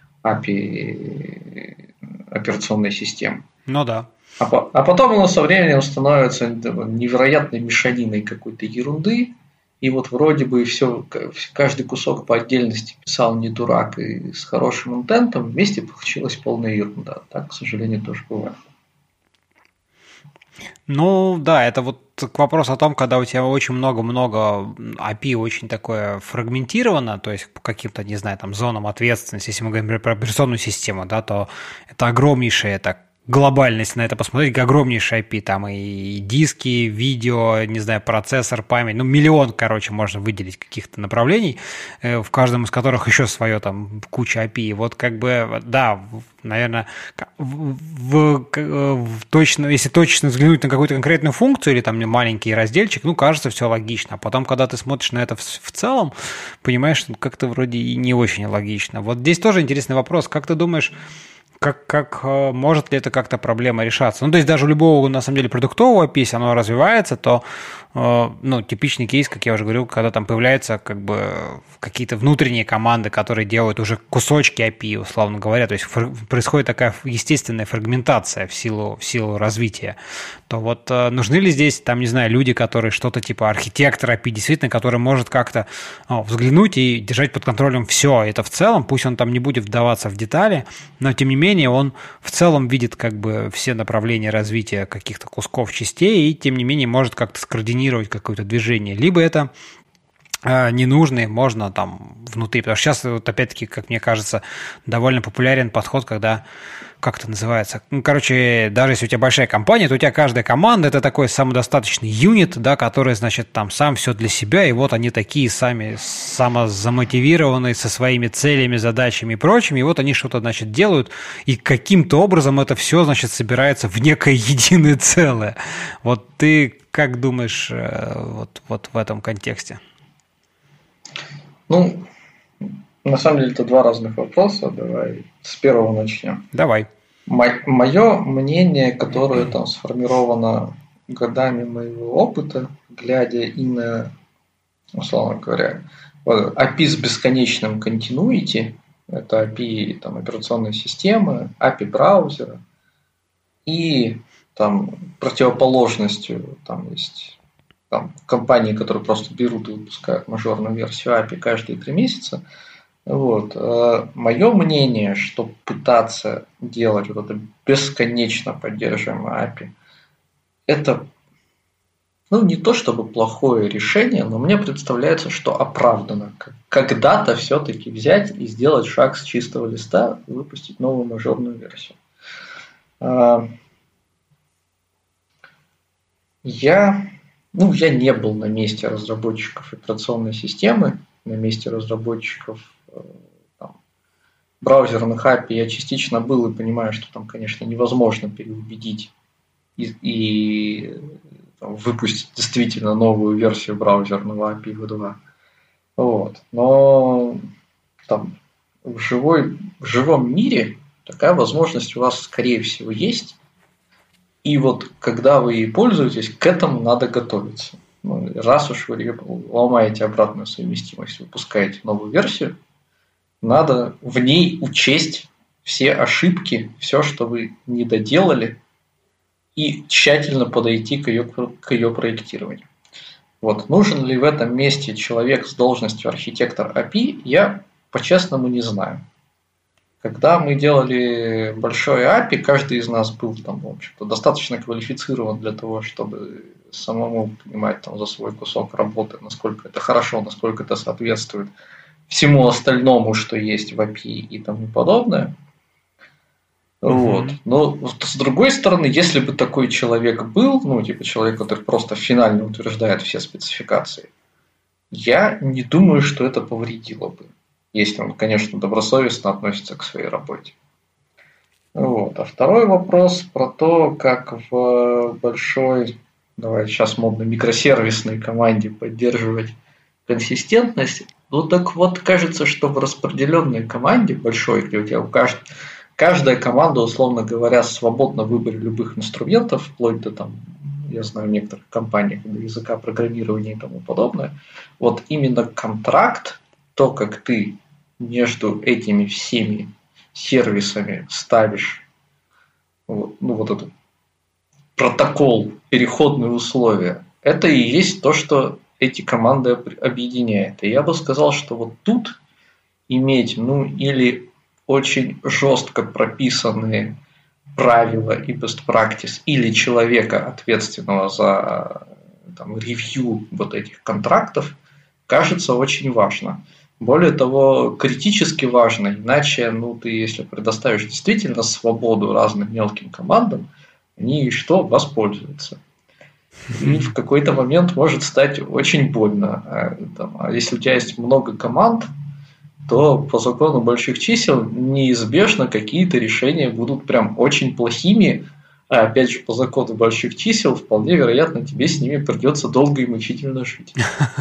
API операционной системы? Ну да. А потом оно со временем становится невероятной мешаниной какой-то ерунды, и вот вроде бы все, каждый кусок по отдельности писал не дурак и с хорошим интентом, вместе получилась полная ерунда. Так, к сожалению, тоже бывает. Ну да, это вот к вопросу о том, когда у тебя очень много-много API очень такое фрагментировано, то есть по каким-то, не знаю, там зонам ответственности, если мы говорим про операционную систему, да, то это огромнейшее, это глобальность на это посмотреть, огромнейший IP, там и диски, видео, не знаю, процессор, память, ну, миллион, короче, можно выделить каких-то направлений, в каждом из которых еще свое там куча API. И вот как бы, да, наверное, точно, если точно взглянуть на какую-то конкретную функцию или там маленький разделчик, ну, кажется, все логично. А потом, когда ты смотришь на это в целом, понимаешь, что как-то вроде и не очень логично. Вот здесь тоже интересный вопрос. Как ты думаешь, как может ли это как-то проблема решаться? Ну, то есть даже у любого, на самом деле, продуктового API, если оно развивается, то, ну, типичный кейс, как я уже говорил, когда там появляются как бы какие-то внутренние команды, которые делают уже кусочки API, условно говоря, то есть происходит такая естественная фрагментация в силу развития, то вот нужны ли здесь, там, не знаю, люди, которые что-то типа архитектор API, действительно, который может как-то взглянуть и держать под контролем все это в целом, пусть он там не будет вдаваться в детали, но тем не менее он в целом видит как бы все направления развития каких-то кусков частей и, тем не менее, может как-то скоординировать какое-то движение. Либо это ненужные, можно там внутри. Потому что сейчас, вот, опять-таки, как мне кажется, довольно популярен подход, когда, как это называется, ну, короче, даже если у тебя большая компания, то у тебя каждая команда – это такой самодостаточный юнит, да, который, значит, там сам все для себя, и вот они такие сами самозамотивированные со своими целями, задачами и прочим, и вот они что-то, значит, делают, и каким-то образом это все, значит, собирается в некое единое целое. Вот ты как думаешь вот в этом контексте? Ну, на самом деле, это два разных вопроса. Давай с первого начнем. Давай. Мое мнение, которое там сформировано годами моего опыта, глядя и на, условно говоря, API с бесконечным continuity, это API там, операционной системы, API браузера, и там противоположностью там есть там, компании, которые просто берут и выпускают мажорную версию API каждые 3 месяца. Вот. Мое мнение, что пытаться делать вот это бесконечно поддерживаемое API, это ну, не то чтобы плохое решение, но мне представляется, что оправдано когда-то все-таки взять и сделать шаг с чистого листа и выпустить новую мажорную версию. Я не был на месте разработчиков операционной системы, на месте разработчиков браузерных API я частично был и понимаю, что там, конечно, невозможно переубедить и выпустить действительно новую версию браузерного API V2. Вот. Но там в живом мире такая возможность у вас, скорее всего, есть. И вот когда вы ей пользуетесь, к этому надо готовиться. Ну, раз уж вы ломаете обратную совместимость, выпускаете новую версию, надо в ней учесть все ошибки, все, что вы не доделали, и тщательно подойти к ее проектированию. Вот. Нужен ли в этом месте человек с должностью архитектор API, я по-честному не знаю. Когда мы делали большой API, каждый из нас был там, в общем-то, достаточно квалифицирован для того, чтобы самому понимать там, за свой кусок работы, насколько это хорошо, насколько это соответствует всему остальному, что есть в API и тому подобное. Вот. Но с другой стороны, если бы такой человек был, ну, типа человек, который просто финально утверждает все спецификации, я не думаю, что это повредило бы, если он, конечно, добросовестно относится к своей работе. Вот. А второй вопрос про то, как в большой, давай сейчас модно, микросервисной команде поддерживать консистентность. Ну так вот, кажется, что в распределенной команде большой, где у тебя каждая команда, условно говоря, свободна в выборе любых инструментов, вплоть до там, я знаю, в некоторых компаниях до языка программирования и тому подобное. Вот именно контракт, то, как ты между этими всеми сервисами ставишь вот этот протокол, переходные условия, это и есть то, что эти команды объединяет. И я бы сказал, что вот тут иметь, или очень жестко прописанные правила и best practice, или человека, ответственного за ревью вот этих контрактов, кажется очень важно. Более того, критически важно, иначе, ты если предоставишь действительно свободу разным мелким командам, они что? Воспользуются. И в какой-то момент может стать очень больно. А если у тебя есть много команд, то по закону больших чисел неизбежно какие-то решения будут прям очень плохими, а опять же по закону больших чисел вполне вероятно тебе с ними придется долго и мучительно жить.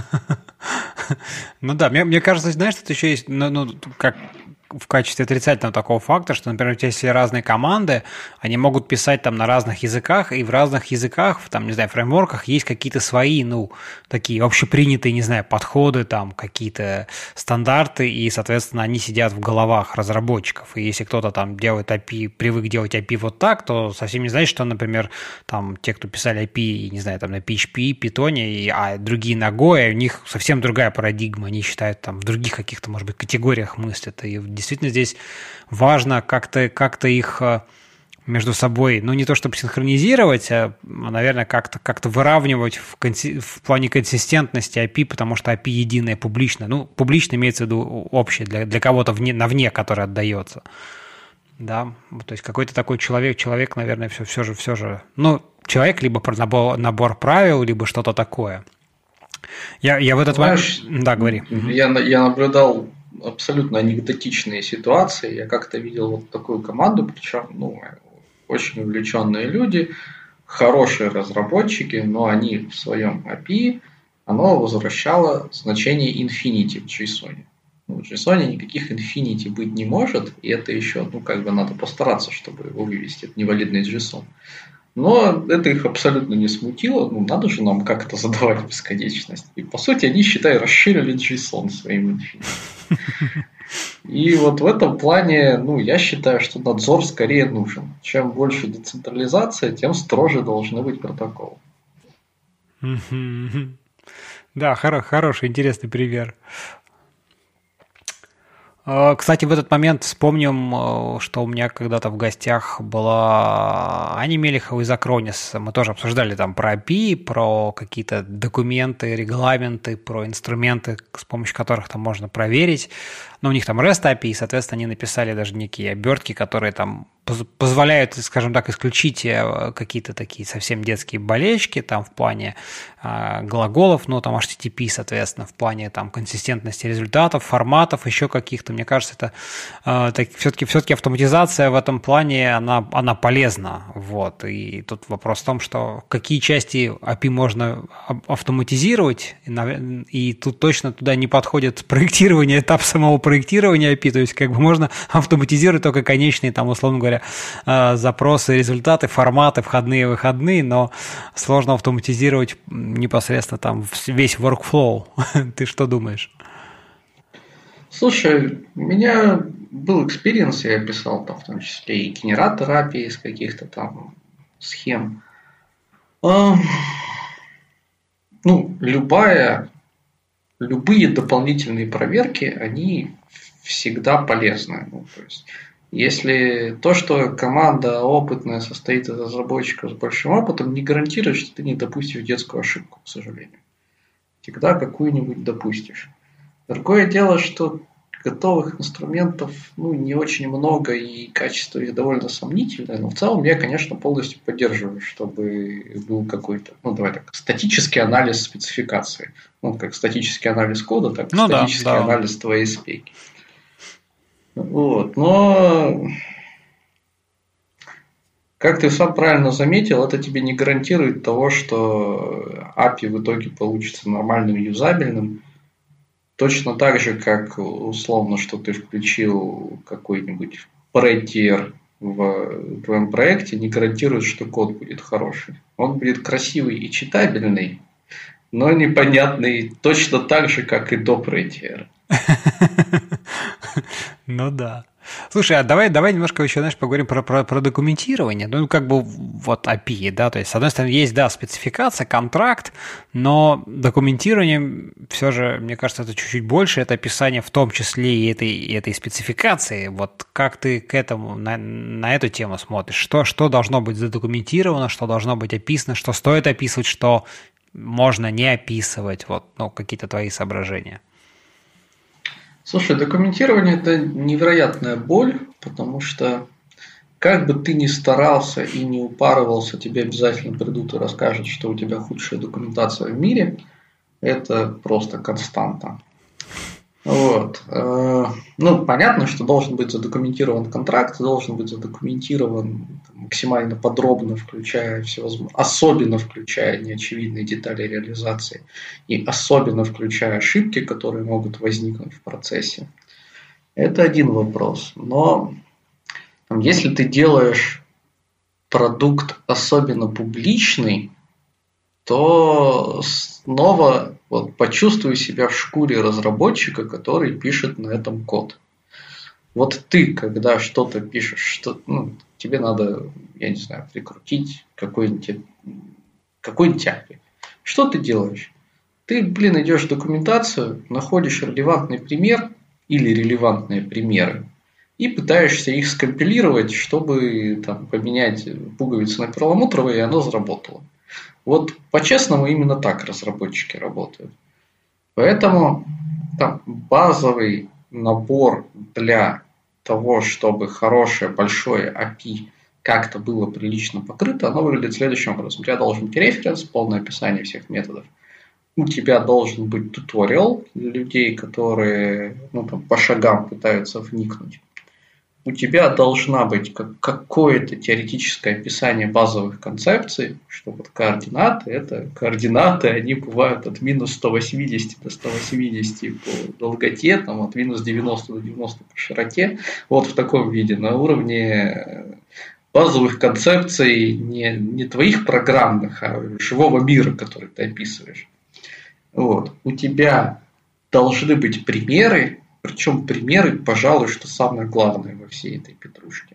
Ну да, мне кажется, знаешь, тут еще есть, как в качестве отрицательного такого факта, что, например, у тебя есть разные команды, они могут писать там на разных языках, и в разных языках, там, не знаю, фреймворках есть какие-то свои, такие общепринятые, не знаю, подходы, там, какие-то стандарты, и, соответственно, они сидят в головах разработчиков. И если кто-то там делает API, привык делать API вот так, то совсем не значит, что, например, там, те, кто писали API, не знаю, там, на PHP, Python, а другие на Go, у них совсем другая парадигма, они считают там в других каких-то, может быть, категориях мыслят, и действительно здесь важно как-то их между собой, не то чтобы синхронизировать, а, наверное, как-то выравнивать в плане консистентности API, потому что API единое публичное. Публично имеется в виду общее, для кого-то навне, который отдается. Да, то есть какой-то такой человек, наверное, все же, человек, либо набор правил, либо что-то такое. Я в этот момент... Да, говори. Я наблюдал абсолютно анекдотичные ситуации. Я как-то видел вот такую команду, причем очень увлеченные люди, хорошие разработчики, но они в своем API, оно возвращало значение infinity в JSON. В JSON никаких infinity быть не может, и это еще, надо постараться, чтобы его вывести. Это невалидный JSON. Но это их абсолютно не смутило. Надо же нам как-то задавать бесконечность. И по сути они, считай, расширили JSON своим infinity. И вот в этом плане, я считаю, что надзор скорее нужен. Чем больше децентрализация, тем строже должны быть протоколы. Да, хороший, интересный пример. Кстати, в этот момент вспомним, что у меня когда-то в гостях была Аня Мелехова из Acronis. Мы тоже обсуждали там про API, про какие-то документы, регламенты, про инструменты, с помощью которых там можно проверить. Но у них там REST API, и, соответственно, они написали даже некие обертки, которые там позволяют, скажем так, исключить какие-то такие совсем детские болечки там в плане глаголов, ну, там HTTP, соответственно, в плане там консистентности результатов, форматов, еще каких-то. Мне кажется, это все-таки автоматизация в этом плане, она полезна. Вот. И тут вопрос в том, что какие части API можно автоматизировать, и тут точно туда не подходит проектирование, этап самого проектирования API, то есть как бы можно автоматизировать только конечные, там, условно говоря, запросы, результаты, форматы, входные, выходные, но сложно автоматизировать непосредственно там весь workflow. Ты что думаешь? Слушай, у меня был экспириенс, я писал там в том числе и генератор API из каких-то там схем. Ну, любые дополнительные проверки, они всегда полезны. Ну, то есть, если то, что команда опытная состоит из разработчиков с большим опытом, не гарантирует, что ты не допустишь детскую ошибку, к сожалению. Всегда какую-нибудь допустишь. Другое дело, что готовых инструментов не очень много, и качество их довольно сомнительное, но в целом я, конечно, полностью поддерживаю, чтобы был какой-то, статический анализ спецификации. Как статический анализ кода, так и статический анализ твоей спеки. Вот. Но, как ты сам правильно заметил, это тебе не гарантирует того, что API в итоге получится нормальным, юзабельным. Точно так же, как условно, что ты включил какой-нибудь Prettier в твоем проекте, не гарантирует, что код будет хороший. Он будет красивый и читабельный, но непонятный точно так же, как и до Prettier. Ну да. Слушай, а давай немножко еще, поговорим про документирование. Ну, как бы вот API, да, то есть, с одной стороны, есть, да, спецификация, контракт, но документирование все же, мне кажется, это чуть-чуть больше, это описание в том числе и этой спецификации. Вот как ты к этому, на эту тему смотришь? Что должно быть задокументировано, что должно быть описано, что стоит описывать, что можно не описывать, вот, какие-то твои соображения. Слушай, документирование – это невероятная боль, потому что как бы ты ни старался и не упарывался, тебе обязательно придут и расскажут, что у тебя худшая документация в мире. Это просто константа. Вот. Понятно, что должен быть задокументирован контракт, должен быть задокументирован максимально подробно, включая всевозможные, особенно включая неочевидные детали реализации и особенно включая ошибки, которые могут возникнуть в процессе. Это один вопрос. Но если ты делаешь продукт особенно публичный, то снова почувствуй себя в шкуре разработчика, который пишет на этом код. Вот ты, когда что-то пишешь, тебе надо, я не знаю, прикрутить какой-нибудь API. Что ты делаешь? Ты, идешь в документацию, находишь релевантный пример или релевантные примеры и пытаешься их скомпилировать, чтобы поменять пуговицы на перламутровые, и оно заработало. Вот по-честному именно так разработчики работают. Поэтому базовый набор для того, чтобы хорошее большое API как-то было прилично покрыто, оно выглядит следующим образом. У тебя должен быть референс, полное описание всех методов. У тебя должен быть туториал для людей, которые по шагам пытаются вникнуть. У тебя должна быть какое-то теоретическое описание базовых концепций, что координаты, они бывают от минус 180 до 180 по долготе, от минус 90 до 90 по широте, вот в таком виде, на уровне базовых концепций не твоих программных, а живого мира, который ты описываешь. Вот. У тебя должны быть примеры, причем примеры, пожалуй, что самое главное во всей этой петрушке.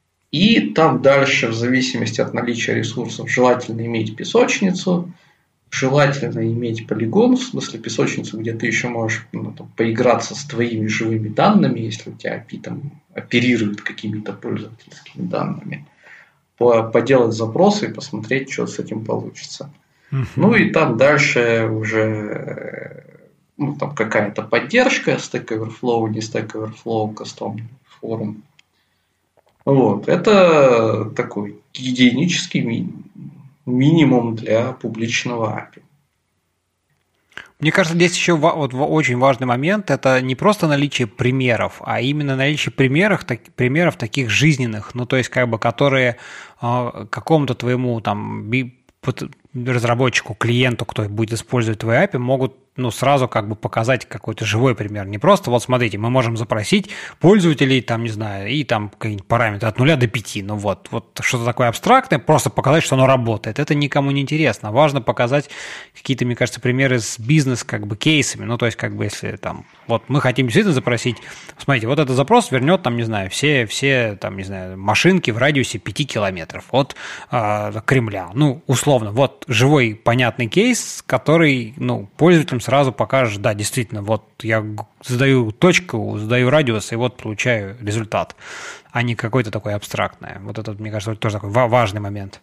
И там дальше, в зависимости от наличия ресурсов, желательно иметь песочницу, желательно иметь полигон, в смысле песочницу, где ты еще можешь поиграться с твоими живыми данными, если у тебя API там оперирует какими-то пользовательскими данными, поделать запросы и посмотреть, что с этим получится. Ну и там дальше уже там какая-то поддержка, Stack Overflow, не Stack Overflow, Custom Forum. Вот. Это такой гигиенический минимум для публичного API. Мне кажется, здесь еще очень важный момент – это не просто наличие примеров, а именно наличие примеров таких жизненных, ну, то есть, как бы, которые какому-то твоему там разработчику, клиенту, кто будет использовать твой API, могут сразу как бы показать какой-то живой пример. Не просто, вот смотрите, мы можем запросить пользователей, там, не знаю, и там какие-нибудь параметры от 0 до 5. Ну вот что-то такое абстрактное, просто показать, что оно работает. Это никому не интересно. Важно показать какие-то, мне кажется, примеры с бизнес, как бы, кейсами. Ну, то есть, как бы, если там, вот мы хотим действительно запросить, смотрите, вот этот запрос вернет, там, не знаю, все там, не знаю, машинки в радиусе 5 километров от Кремля. Ну, условно, вот живой, понятный кейс, который, пользователям сразу покажешь, да, действительно, вот я задаю точку, задаю радиус, и вот получаю результат, а не какой-то такой абстрактное. Вот это, мне кажется, тоже такой важный момент.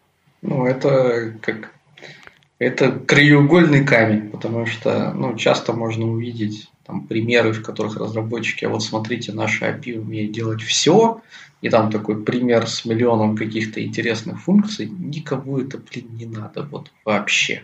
Это краеугольный камень, потому что, часто можно увидеть там примеры, в которых разработчики, а вот смотрите, наша API умеет делать все, и там такой пример с миллионом каких-то интересных функций, никому это, не надо, вот вообще.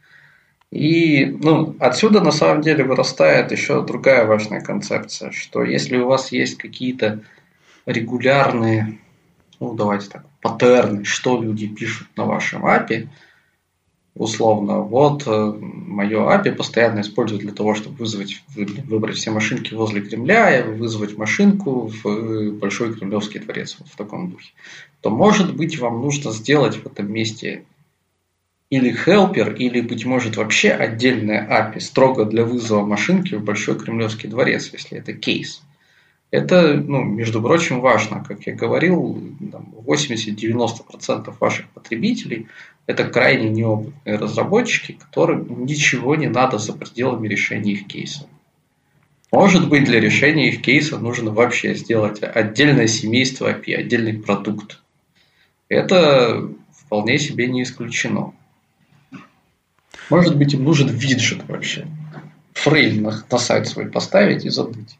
И отсюда на самом деле вырастает еще другая важная концепция, что если у вас есть какие-то регулярные, давайте так, паттерны, что люди пишут на вашем API, условно, вот мое API постоянно используют для того, чтобы выбрать все машинки возле Кремля и вызвать машинку в Большой Кремлевский дворец, вот в таком духе, то, может быть, вам нужно сделать в этом месте или helper, или, быть может, вообще отдельное API строго для вызова машинки в Большой Кремлевский дворец, если это кейс. Это, между прочим, важно. Как я говорил, 80-90% ваших потребителей – это крайне неопытные разработчики, которым ничего не надо за пределами решения их кейса. Может быть, для решения их кейса нужно вообще сделать отдельное семейство API, отдельный продукт. Это вполне себе не исключено. Может быть, им нужен виджет вообще. Фрейл на сайт свой поставить и забыть.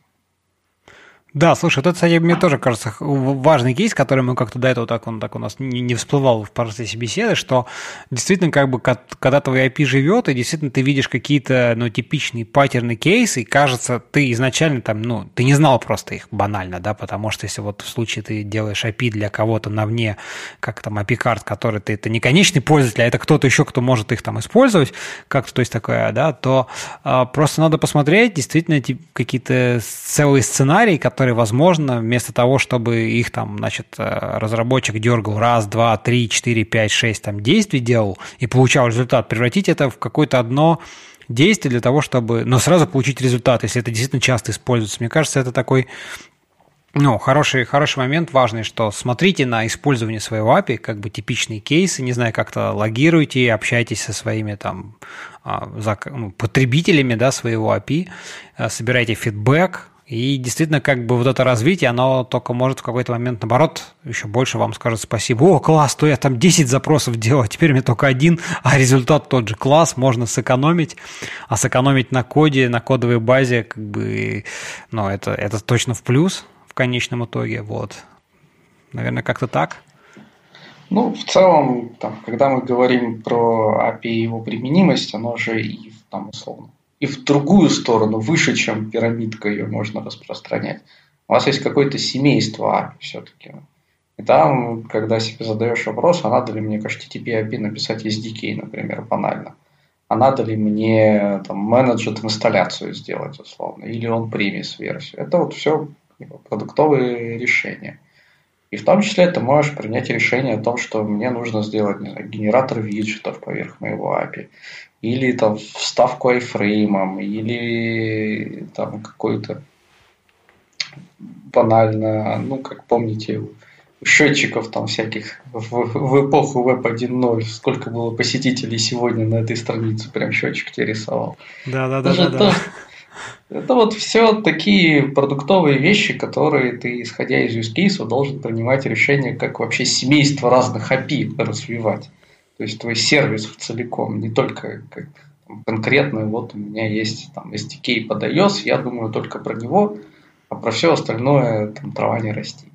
Да, слушай, это, кстати, мне тоже кажется важный кейс, который мы как-то до этого так у нас не всплывал в процессе беседы, что действительно, как бы, когда твой API живет, и действительно ты видишь какие-то, типичные паттерны кейсы, и кажется, ты изначально там, ты не знал просто их банально, да, потому что если вот в случае ты делаешь API для кого-то навне, как там API-карт, который это не конечный пользователь, а это кто-то еще, кто может их там использовать, как-то, то есть такое, да, то просто надо посмотреть, действительно, какие-то целые сценарии, которые, возможно, вместо того, чтобы их там, значит, разработчик дергал 1, 2, 3, 4, 5, 6 там действий делал и получал результат, превратить это в какое-то одно действие для того, чтобы, сразу получить результат, если это действительно часто используется. Мне кажется, это такой, хороший момент, важный, что смотрите на использование своего API, как бы типичные кейсы, не знаю, как-то логируйте, общайтесь со своими там потребителями, да, своего API, собирайте фидбэк. И действительно, как бы вот это развитие, оно только может в какой-то момент, наоборот, еще больше вам скажет спасибо. О, класс, то я там 10 запросов делал, теперь мне только один, а результат тот же. Класс, можно сэкономить. А сэкономить на коде, на кодовой базе, как бы, это точно в плюс в конечном итоге. Вот. Наверное, как-то так. В целом, когда мы говорим про API и его применимость, оно же и условно и в другую сторону, выше, чем пирамидка, ее можно распространять. У вас есть какое-то семейство API все-таки. И там, когда себе задаешь вопрос, а надо ли мне к HTTP API написать SDK, например, банально, а надо ли мне менеджер инсталляцию сделать, условно, или on-premise версию. Это вот все продуктовые решения. И в том числе ты можешь принять решение о том, что мне нужно сделать, не знаю, генератор виджетов поверх моего API, или там вставку айфреймом, или там какой-то банально, как помните, счетчиков там всяких в эпоху Web 1.0, сколько было посетителей сегодня на этой странице, прям счетчик тебе рисовал. Да. Это вот все такие продуктовые вещи, которые ты, исходя из use case, должен принимать решение, как вообще семейство разных API развивать. То есть твой сервис целиком, не только как конкретно, вот у меня есть там SDK под iOS, я думаю только про него, а про все остальное там трава не расти.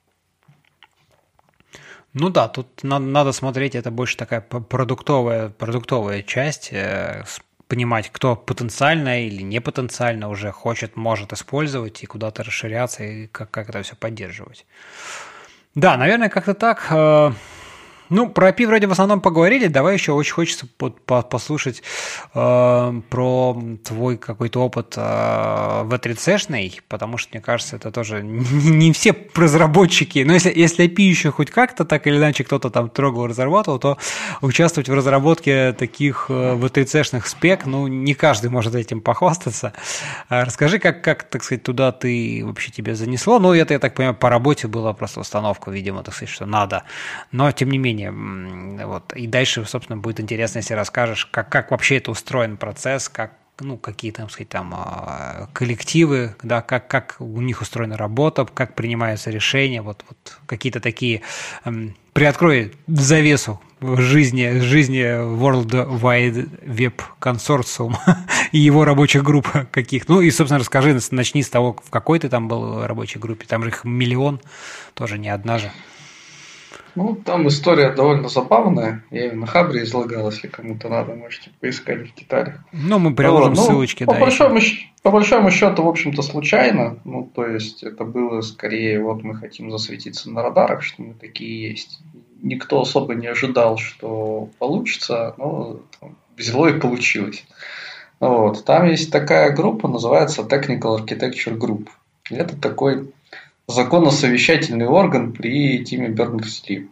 Ну да, тут надо смотреть, это больше такая продуктовая часть, понимать, кто потенциально или не потенциально уже хочет, может использовать и куда-то расширяться, и как это все поддерживать. Да, наверное, как-то так. Ну, про API вроде в основном поговорили. Давай еще очень хочется послушать про твой какой-то опыт V3C-шный, потому что, мне кажется, это тоже не все разработчики. Но если API еще хоть как-то, так или иначе, кто-то там трогал, разрабатывал, то участвовать в разработке таких V3C-шных спек, ну, не каждый может этим похвастаться. Расскажи, как, так сказать, туда ты вообще тебя занесло. Ну, это, я так понимаю, по работе была просто установка, видимо, так сказать, что надо. Но, тем не менее, вот. И дальше, собственно, будет интересно, если расскажешь, как вообще это устроен процесс, какие там, сказать, там коллективы, да, как у них устроена работа, как принимаются решения, вот какие-то такие. Приоткрой завесу жизни World Wide Web Consortium и его рабочих групп каких. Ну и, собственно, расскажи, начни с того, в какой ты там был в рабочей группе. Там же их миллион, тоже не одна же. Ну, там история довольно забавная. Я ее на Хабре излагал, если кому-то надо, можете поискать в деталях. Ну, мы приложим ссылочки, да. По большому счету, в общем-то, случайно. Ну, то есть, это было скорее, вот мы хотим засветиться на радарах, что мы такие есть. Никто особо не ожидал, что получится, но взяло и получилось. Вот. Там есть такая группа, называется Technical Architecture Group. Это такой законосовещательный орган при Тиме Бернерс-Ли.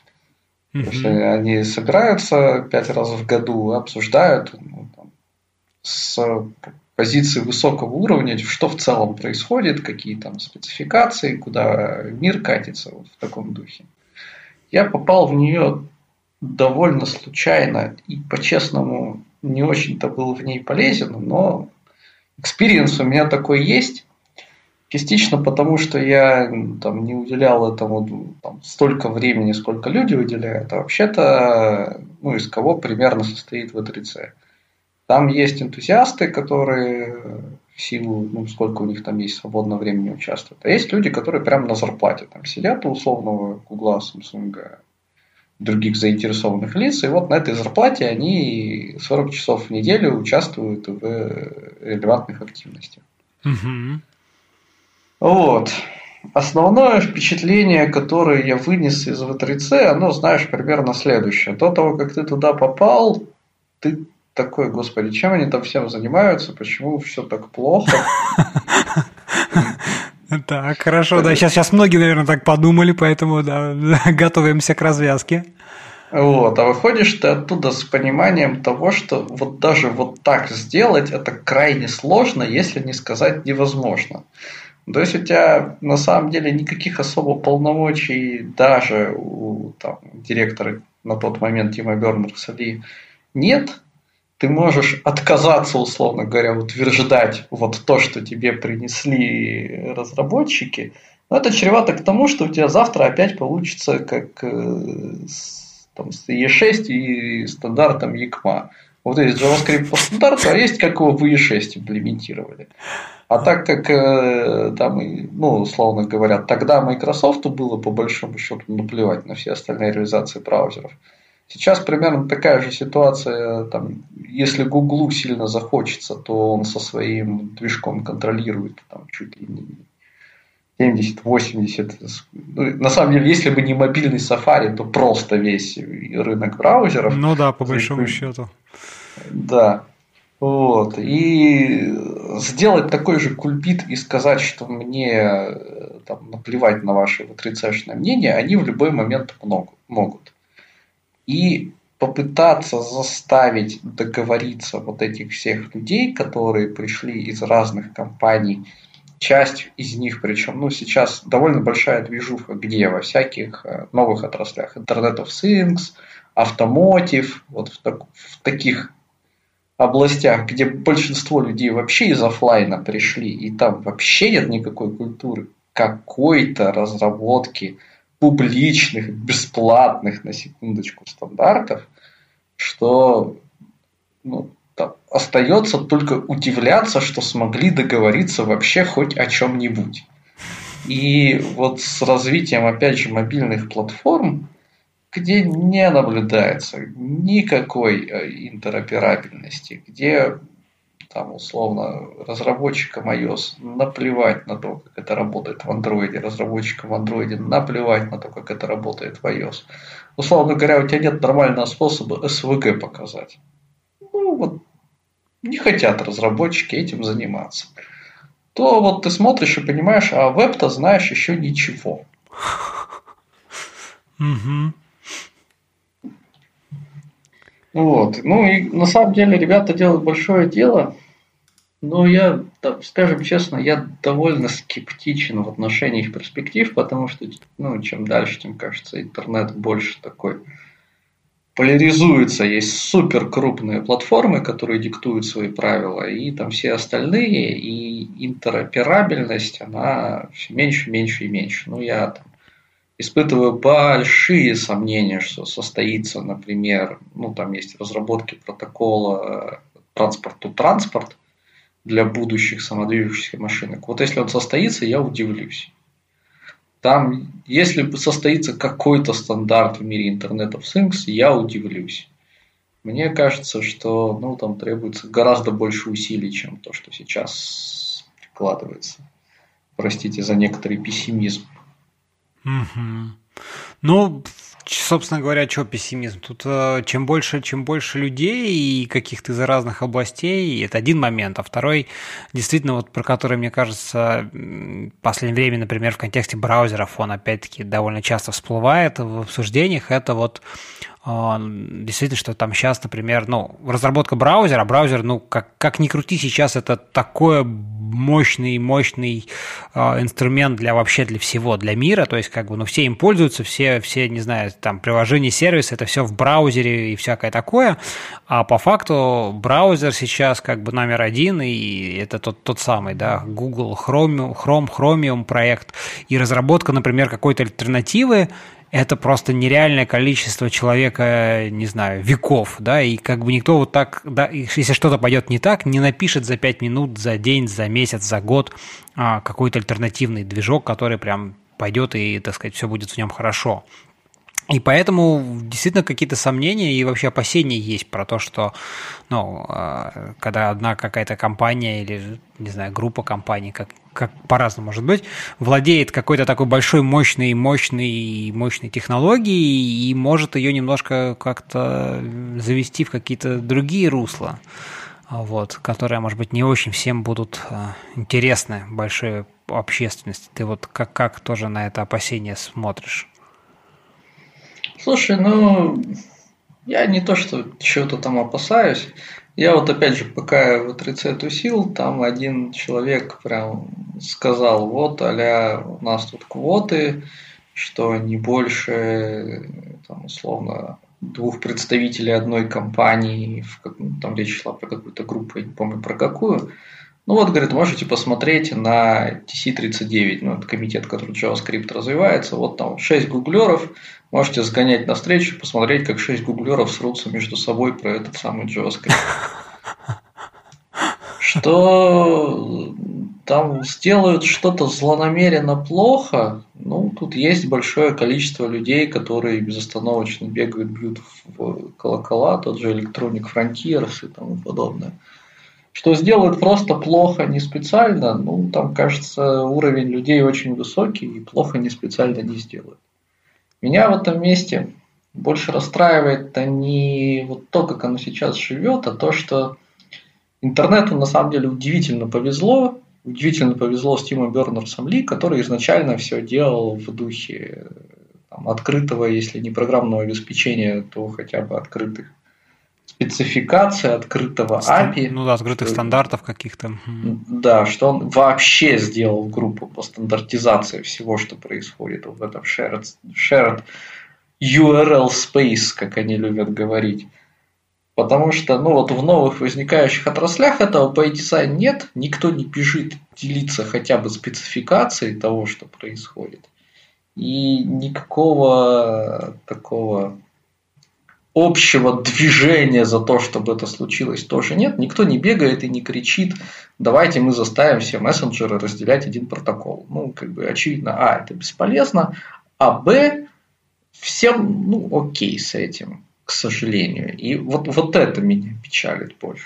Они собираются 5 раз в году, обсуждают с позиции высокого уровня, что в целом происходит, какие там спецификации, куда мир катится, вот в таком духе. Я попал в нее довольно случайно и, по-честному, не очень-то был в ней полезен, но экспириенс у меня такой есть. Частично потому, что я там не уделял этому столько времени, сколько люди уделяют, а вообще-то, из кого примерно состоит V3C. Там есть энтузиасты, которые в силу, сколько у них там есть свободного времени участвуют, а есть люди, которые прямо на зарплате там сидят у условного Гугла, Samsung, других заинтересованных лиц, и вот на этой зарплате они 40 часов в неделю участвуют в релевантных активностях. Вот. Основное впечатление, которое я вынес из V3C, оно, знаешь, примерно следующее. До того, как ты туда попал, ты такой, господи, чем они там всем занимаются, почему все так плохо? Так, хорошо, да, сейчас многие, наверное, так подумали, поэтому, да, готовимся к развязке. Вот, а выходишь ты оттуда с пониманием того, что вот даже вот так сделать, это крайне сложно, если не сказать невозможно. То есть у тебя на самом деле никаких особо полномочий даже у директора на тот момент Тима Бернерса-Ли нет. Ты можешь отказаться, условно говоря, утверждать вот то, что тебе принесли разработчики, но это чревато к тому, что у тебя завтра опять получится как с E6 и стандартом ECMA. Вот есть JavaScript по стандарту, а есть как его в E6 имплементировали. А так как, условно говоря, тогда Microsoft было по большому счету наплевать на все остальные реализации браузеров. Сейчас примерно такая же ситуация, если Google сильно захочется, то он со своим движком контролирует чуть ли не 70-80. На самом деле, если бы не мобильный Safari, то просто весь рынок браузеров. Ну да, по большому счету. Да. Вот. И сделать такой же кульбит и сказать, что мне наплевать на ваше V3C-шное мнение, они в любой момент могут. И попытаться заставить договориться вот этих всех людей, которые пришли из разных компаний часть из них, причем, ну, сейчас довольно большая движуха, где во всяких новых отраслях, Internet of Things, автомотив, вот в таких областях, где большинство людей вообще из оффлайна пришли, и там вообще нет никакой культуры какой-то разработки публичных, бесплатных, на секундочку, стандартов, что ну, остается только удивляться, что смогли договориться вообще хоть о чем-нибудь. И вот с развитием, опять же, мобильных платформ, где не наблюдается никакой интероперабельности, где там условно разработчикам iOS наплевать на то, как это работает в Android, разработчикам в Android наплевать на то, как это работает в iOS. Условно говоря, у тебя нет нормального способа SVG показать. Ну вот не хотят разработчики этим заниматься. То вот ты смотришь и понимаешь, а веб-то знаешь еще ничего. Вот. Ну и на самом деле ребята делают большое дело, но я, скажем честно, я довольно скептичен в отношении их перспектив, потому что ну, чем дальше, тем кажется, интернет больше такой поляризуется. Есть супер крупные платформы, которые диктуют свои правила, и там все остальные, и интероперабельность, она все меньше, меньше и меньше. Ну, я там испытываю большие сомнения, что состоится, например, ну, там есть разработки протокола транспорт-to-транспорт для будущих самодвижущихся машинок. Вот если он состоится, я удивлюсь. Там, если состоится какой-то стандарт в мире Internet of Things, я удивлюсь. Мне кажется, что ну, там требуется гораздо больше усилий, чем то, что сейчас прикладывается. Простите за некоторый пессимизм. Ну, собственно говоря, что пессимизм? Тут чем больше людей и каких-то из разных областей, это один момент, а второй, действительно, вот про который, мне кажется, в последнее время, например, в контексте браузеров, он опять-таки довольно часто всплывает в обсуждениях, это вот действительно, что там сейчас, например, ну, разработка браузера, браузер, ну, как ни крути, сейчас это такой мощный инструмент для всего, для мира, то есть, как бы, ну, все им пользуются, все, не знаю, там, приложения, сервисы, это все в браузере и всякое такое, а по факту браузер сейчас, как бы, номер один, и это тот самый, да, Google Chromium проект, и разработка, например, какой-то альтернативы, это просто нереальное количество человека, не знаю, веков, да, и как бы никто вот так, да, если что-то пойдет не так, не напишет за 5 минут, за день, за месяц, за год какой-то альтернативный движок, который прям пойдет и, так сказать, все будет в нем хорошо. И поэтому действительно какие-то сомнения и вообще опасения есть про то, что, ну, когда одна какая-то компания или, не знаю, группа компаний, как по-разному может быть, владеет какой-то такой большой, мощной технологией и может ее немножко как-то завести в какие-то другие русла, вот, которые, может быть, не очень всем будут интересны большой общественности. Ты вот как тоже на это опасение смотришь? Слушай, ну, я не то, что чего-то там опасаюсь. Я вот опять же, пока в E3C тусил, там один человек прям сказал, вот, а-ля, у нас тут квоты, что не больше, там, условно, 2 представителей одной компании, там речь шла про какую-то группу, я не помню про какую. Ну вот, говорит, можете посмотреть на TC39, ну, это комитет, который JavaScript развивается, вот там 6 гуглеров, можете сгонять на встречу, посмотреть, как 6 гуглеров срутся между собой про этот самый JavaScript. Что там сделают что-то злонамеренно плохо, ну, тут есть большое количество людей, которые безостановочно бегают, бьют в колокола, тот же Electronic Frontiers и тому подобное. Что сделают просто плохо, не специально, ну, там, кажется, уровень людей очень высокий, и плохо не специально не сделают. Меня в этом месте больше расстраивает-то не вот то, как оно сейчас живет, а то, что интернету на самом деле удивительно повезло с Тимом Бернерсом Ли, который изначально все делал в духе там, открытого, если не программного обеспечения, то хотя бы открытых спецификации открытого API. Ну да, открытых стандартов каких-то. Да, что он вообще сделал группу по стандартизации всего, что происходит в этом shared URL space, как они любят говорить. Потому что, ну вот в новых возникающих отраслях этого по дизайну нет, никто не бежит делиться хотя бы спецификацией того, что происходит. И никакого такого общего движения за то, чтобы это случилось, тоже нет. Никто не бегает и не кричит, давайте мы заставим все мессенджеры разделять один протокол. Ну, как бы очевидно, это бесполезно, а всем, ну, окей с этим, к сожалению. И вот это меня печалит больше.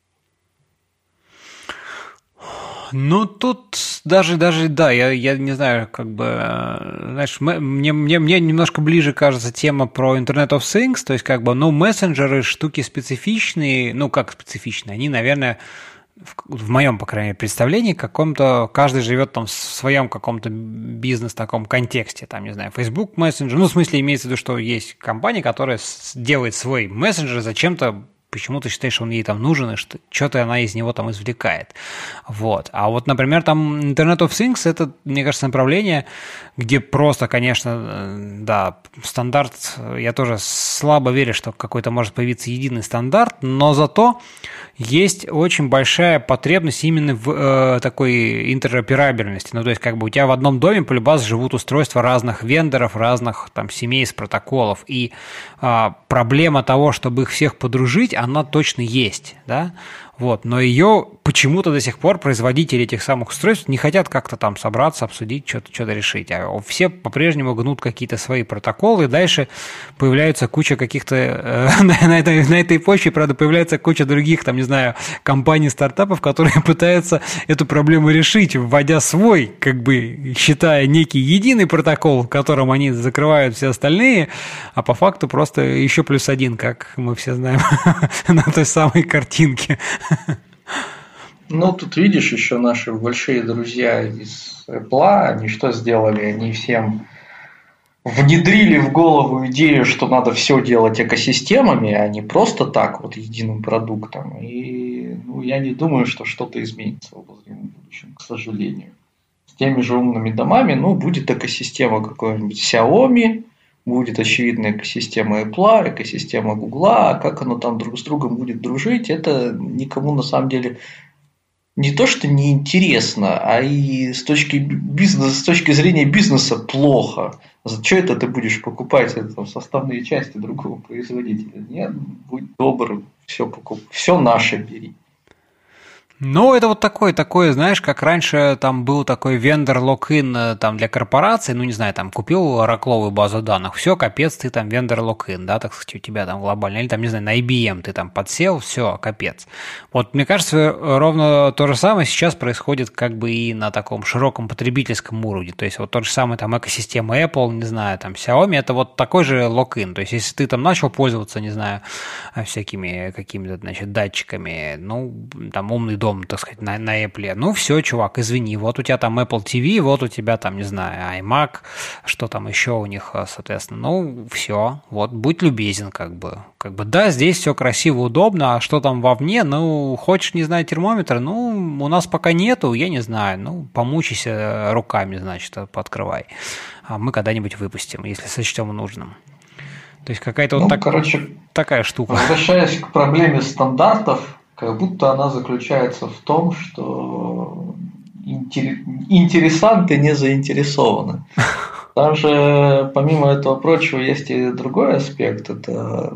Ну, тут даже да, я не знаю, как бы, знаешь, мне немножко ближе кажется тема про Internet of Things, то есть, как бы, ну, мессенджеры штуки специфичные, ну, как специфичные, они, наверное, в моем, по крайней мере, представлении, каком-то, каждый живет там в своем каком-то бизнес таком контексте, там, не знаю, Facebook мессенджер, ну, в смысле, имеется в виду, что есть компания, которая делает свой мессенджер зачем-то, почему ты считаешь, что он ей там нужен, и что-то она из него там извлекает. Вот. А вот, например, там Internet of Things, это, мне кажется, направление, где просто, конечно, да, стандарт, я тоже слабо верю, что какой-то может появиться единый стандарт, но зато есть очень большая потребность именно в такой интероперабельности. Ну, то есть, как бы у тебя в одном доме полюбас живут устройства разных вендоров, разных там семей с протоколов, и проблема того, чтобы их всех подружить, она точно есть, да, вот, но ее почему-то до сих пор производители этих самых устройств не хотят как-то там собраться, обсудить, что-то решить, а все по-прежнему гнут какие-то свои протоколы, и дальше появляется куча каких-то, на этой почве, правда, появляется куча других, там, не знаю, компаний, стартапов, которые пытаются эту проблему решить, вводя свой, как бы, считая некий единый протокол, которым они закрывают все остальные, а по факту просто еще плюс один, как мы все знаем, на той самой картинке. Ну, тут видишь, еще наши большие друзья из Apple, они что сделали? Они всем внедрили в голову идею, что надо все делать экосистемами, а не просто так, вот единым продуктом. И я не думаю, что что-то изменится в обозримом будущем, к сожалению. С теми же умными домами, будет экосистема какой-нибудь Xiaomi, будет очевидная экосистема Apple, экосистема Google, а как оно там друг с другом будет дружить, это никому на самом деле не то, что не интересно, а и с точки зрения бизнеса плохо. Зачем это ты будешь покупать составные части другого производителя? Нет, будь добр, все наше бери. Ну, это вот такое, знаешь, как раньше там был такой вендор лок-ин там для корпораций, ну, не знаю, там купил оракловую базу данных, все, капец, ты там вендор лок-ин, да, так сказать, у тебя там глобально, или там, не знаю, на IBM ты там подсел, все, капец. Вот, мне кажется, ровно то же самое сейчас происходит как бы и на таком широком потребительском уровне, то есть вот тот же самый там экосистема Apple, не знаю, там Xiaomi, это вот такой же лок-ин, то есть если ты там начал пользоваться, не знаю, всякими какими-то, значит, датчиками, ну, там умный дом, так сказать, на Apple. Ну, все, чувак, извини, вот у тебя там Apple TV, вот у тебя там, не знаю, iMac, что там еще у них, соответственно. Ну, все, вот, будь любезен, как бы. Как бы, да, здесь все красиво, удобно, а что там вовне, ну, хочешь, не знаю, термометр, ну, у нас пока нету, я не знаю, ну, помучайся руками, значит, пооткрывай. А мы когда-нибудь выпустим, если сочтем нужным. То есть какая-то такая штука. Возвращаясь к проблеме стандартов, как будто она заключается в том, что интересанты не заинтересованы. Там же, помимо этого прочего, есть и другой аспект. Это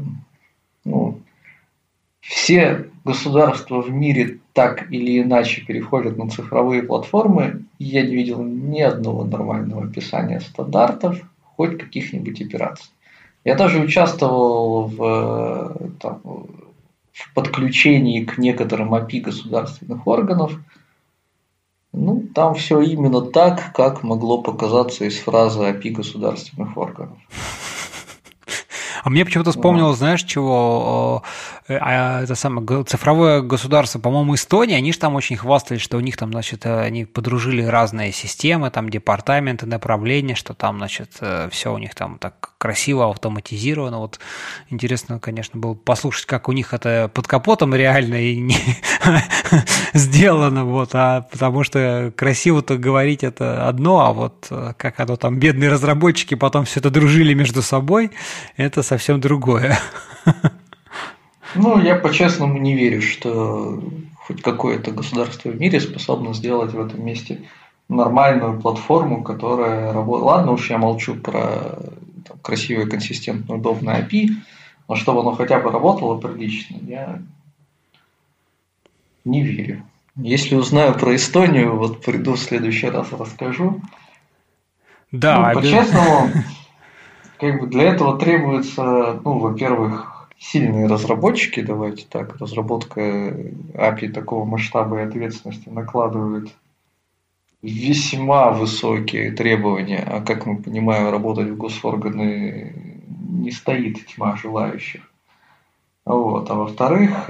все государства в мире так или иначе переходят на цифровые платформы. И я не видел ни одного нормального описания стандартов, хоть каких-нибудь операций. Я даже участвовал в подключении к некоторым API государственных органов. Ну, там все именно так, как могло показаться из фразы API государственных органов. А мне почему-то вспомнилось, знаешь, чего? Это самое цифровое государство, по-моему, Эстония, они же там очень хвастались, что у них там, значит, они подружили разные системы, там департаменты, направления, что там, значит, все у них там так красиво автоматизировано. Вот интересно, конечно, было послушать, как у них это под капотом реально и не сделано, вот, потому что красиво-то говорить это одно, а вот как оно там, бедные разработчики потом все это дружили между собой, это совсем другое. Ну, я по-честному не верю, что хоть какое-то государство в мире способно сделать в этом месте нормальную платформу, которая работает. Ладно уж я молчу про там, красивое, консистентное, удобное API, но чтобы оно хотя бы работало прилично, я не верю. Если узнаю про Эстонию, вот приду в следующий раз расскажу. Да, ну, по-честному, как бы для этого требуется, ну, во-первых, сильные разработчики, давайте так, разработка API такого масштаба и ответственности накладывает весьма высокие требования, а как мы понимаем, работать в госорганы не стоит тьма желающих. Вот. А во-вторых,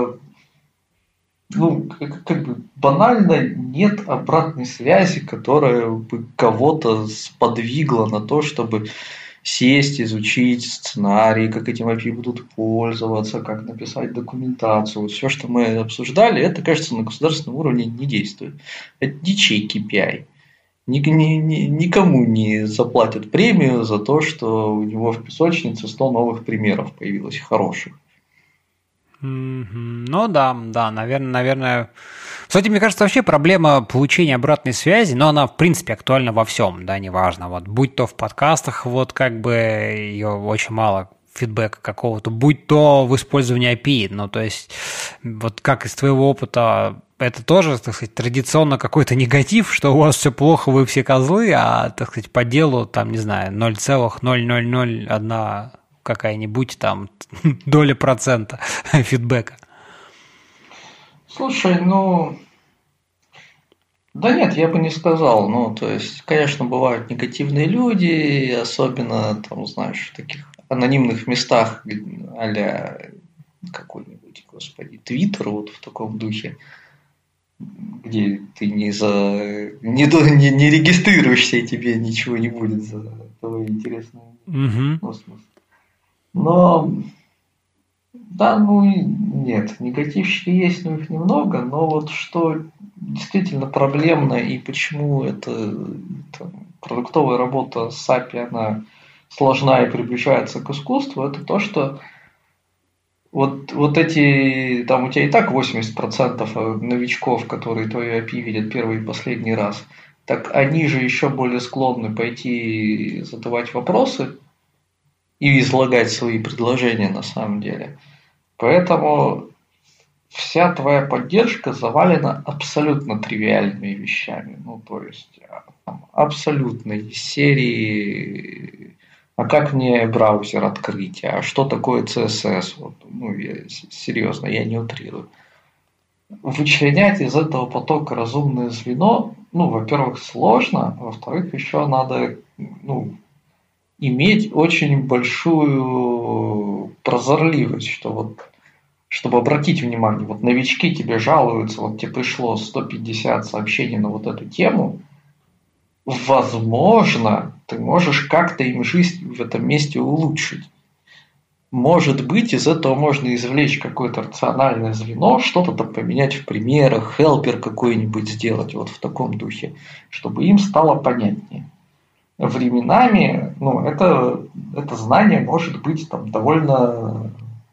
ну, как бы банально нет обратной связи, которая бы кого-то сподвигла на то, чтобы сесть, изучить сценарий, как этим API будут пользоваться, как написать документацию. Вот все, что мы обсуждали, это, кажется, на государственном уровне не действует. Это дичий KPI. Никому не заплатят премию за то, что у него в песочнице 100 новых примеров появилось хороших. Ну да, наверное. Кстати, мне кажется, вообще проблема получения обратной связи, но она, в принципе, актуальна во всем, да, неважно. Вот будь то в подкастах, вот как бы ее очень мало фидбэка какого-то, будь то в использовании API. Ну, то есть, вот как из твоего опыта, это тоже, так сказать, традиционно какой-то негатив, что у вас все плохо, вы все козлы, а, так сказать, по делу, там, не знаю, 0,0001 какая-нибудь там доля процента фидбэка. Слушай, ну, да нет, я бы не сказал. Ну, то есть, конечно, бывают негативные люди, особенно, там, знаешь, в таких анонимных местах, а-ля какой-нибудь, господи, Твиттер, вот в таком духе, где ты не регистрируешься, и тебе ничего не будет за твои интересные космос. Но, да, ну и нет, негативщики есть, но их немного, но вот что действительно проблемно и почему это продуктовая работа с API, она сложна и приближается к искусству, это то, что вот эти, там у тебя и так 80% новичков, которые твою API видят первый и последний раз, так они же еще более склонны пойти задавать вопросы и излагать свои предложения на самом деле. Поэтому вся твоя поддержка завалена абсолютно тривиальными вещами. Ну, то есть, абсолютно из серии «А как мне браузер открыть? А что такое CSS?» Вот, ну, серьезно, я не утрирую. Вычленять из этого потока разумное звено, ну, во-первых, сложно, во-вторых, еще надо, ну, иметь очень большую прозорливость, что вот, чтобы обратить внимание, вот новички тебе жалуются, вот тебе пришло 150 сообщений на вот эту тему, возможно, ты можешь как-то им жизнь в этом месте улучшить. Может быть, из этого можно извлечь какое-то рациональное звено, что-то там поменять в примерах, хелпер какой-нибудь сделать вот в таком духе, чтобы им стало понятнее. Временами, ну, это знание может быть там довольно,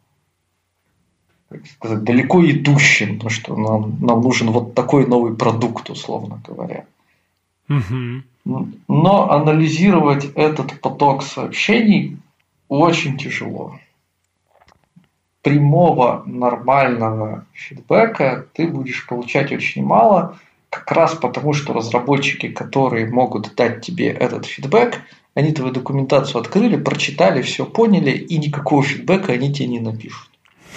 как сказать, далеко идущим, потому что нам нужен вот такой новый продукт, условно говоря. Но анализировать этот поток сообщений очень тяжело. Прямого нормального фидбэка ты будешь получать очень мало, как раз потому, что разработчики, которые могут дать тебе этот фидбэк, они твою документацию открыли, прочитали, все поняли, и никакого фидбэка они тебе не напишут.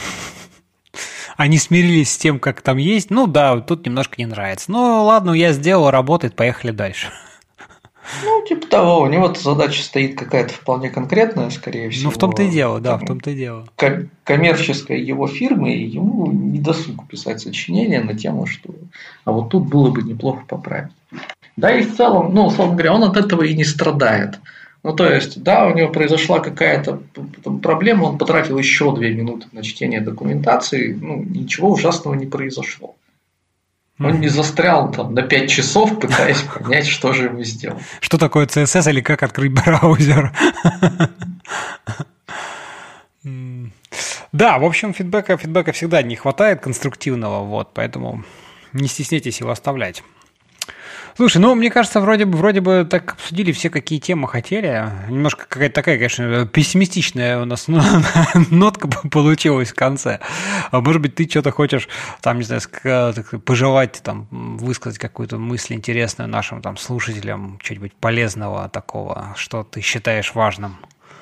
Они смирились с тем, как там есть. Ну да, тут немножко не нравится. Ну ладно, я сделал, работает, поехали дальше. Ну, типа того, у него задача стоит какая-то вполне конкретная, скорее всего. Ну, в том-то и дело, да, там, в том-то и дело. Коммерческая его фирмы, и ему не досуг писать сочинения на тему, что а вот тут было бы неплохо поправить. Да и в целом, ну, условно говоря, он от этого и не страдает. Ну, то есть, да, у него произошла какая-то проблема, он потратил еще 2 минуты на чтение документации, ну, ничего ужасного не произошло. Он не застрял там на 5 часов, пытаясь понять, что же ему сделать. Что такое CSS или как открыть браузер? Да, в общем, фидбэка всегда не хватает конструктивного, вот, поэтому не стесняйтесь его оставлять. Слушай, ну, мне кажется, вроде бы так обсудили все, какие темы хотели. Немножко какая-то такая, конечно, пессимистичная у нас нотка получилась в конце. Может быть, ты что-то хочешь, там, не знаю, пожелать, там, высказать какую-то мысль интересную нашим там слушателям, что-нибудь полезного такого, что ты считаешь важным?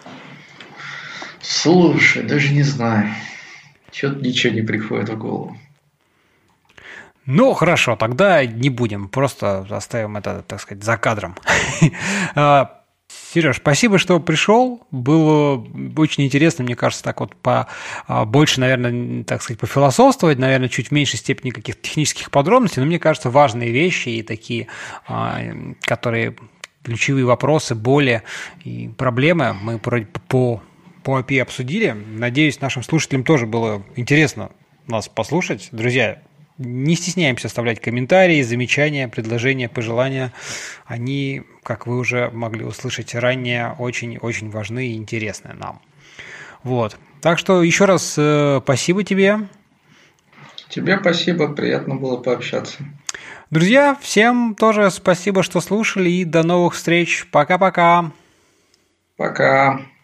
Слушай, даже не знаю. Что-то ничего не приходит в голову. Ну, хорошо, тогда не будем, просто оставим это, так сказать, за кадром. Сереж, спасибо, что пришел. Было очень интересно, мне кажется, так вот больше, наверное, так сказать, пофилософствовать, наверное, чуть в меньшей степени каких-то технических подробностей, но мне кажется, важные вещи и такие, которые ключевые вопросы, боли и проблемы мы по API обсудили. Надеюсь, нашим слушателям тоже было интересно нас послушать. Друзья, не стесняемся оставлять комментарии, замечания, предложения, пожелания. Они, как вы уже могли услышать ранее, очень-очень важны и интересны нам. Вот. Так что еще раз спасибо тебе. Тебе спасибо, приятно было пообщаться. Друзья, всем тоже спасибо, что слушали, и до новых встреч. Пока-пока. Пока.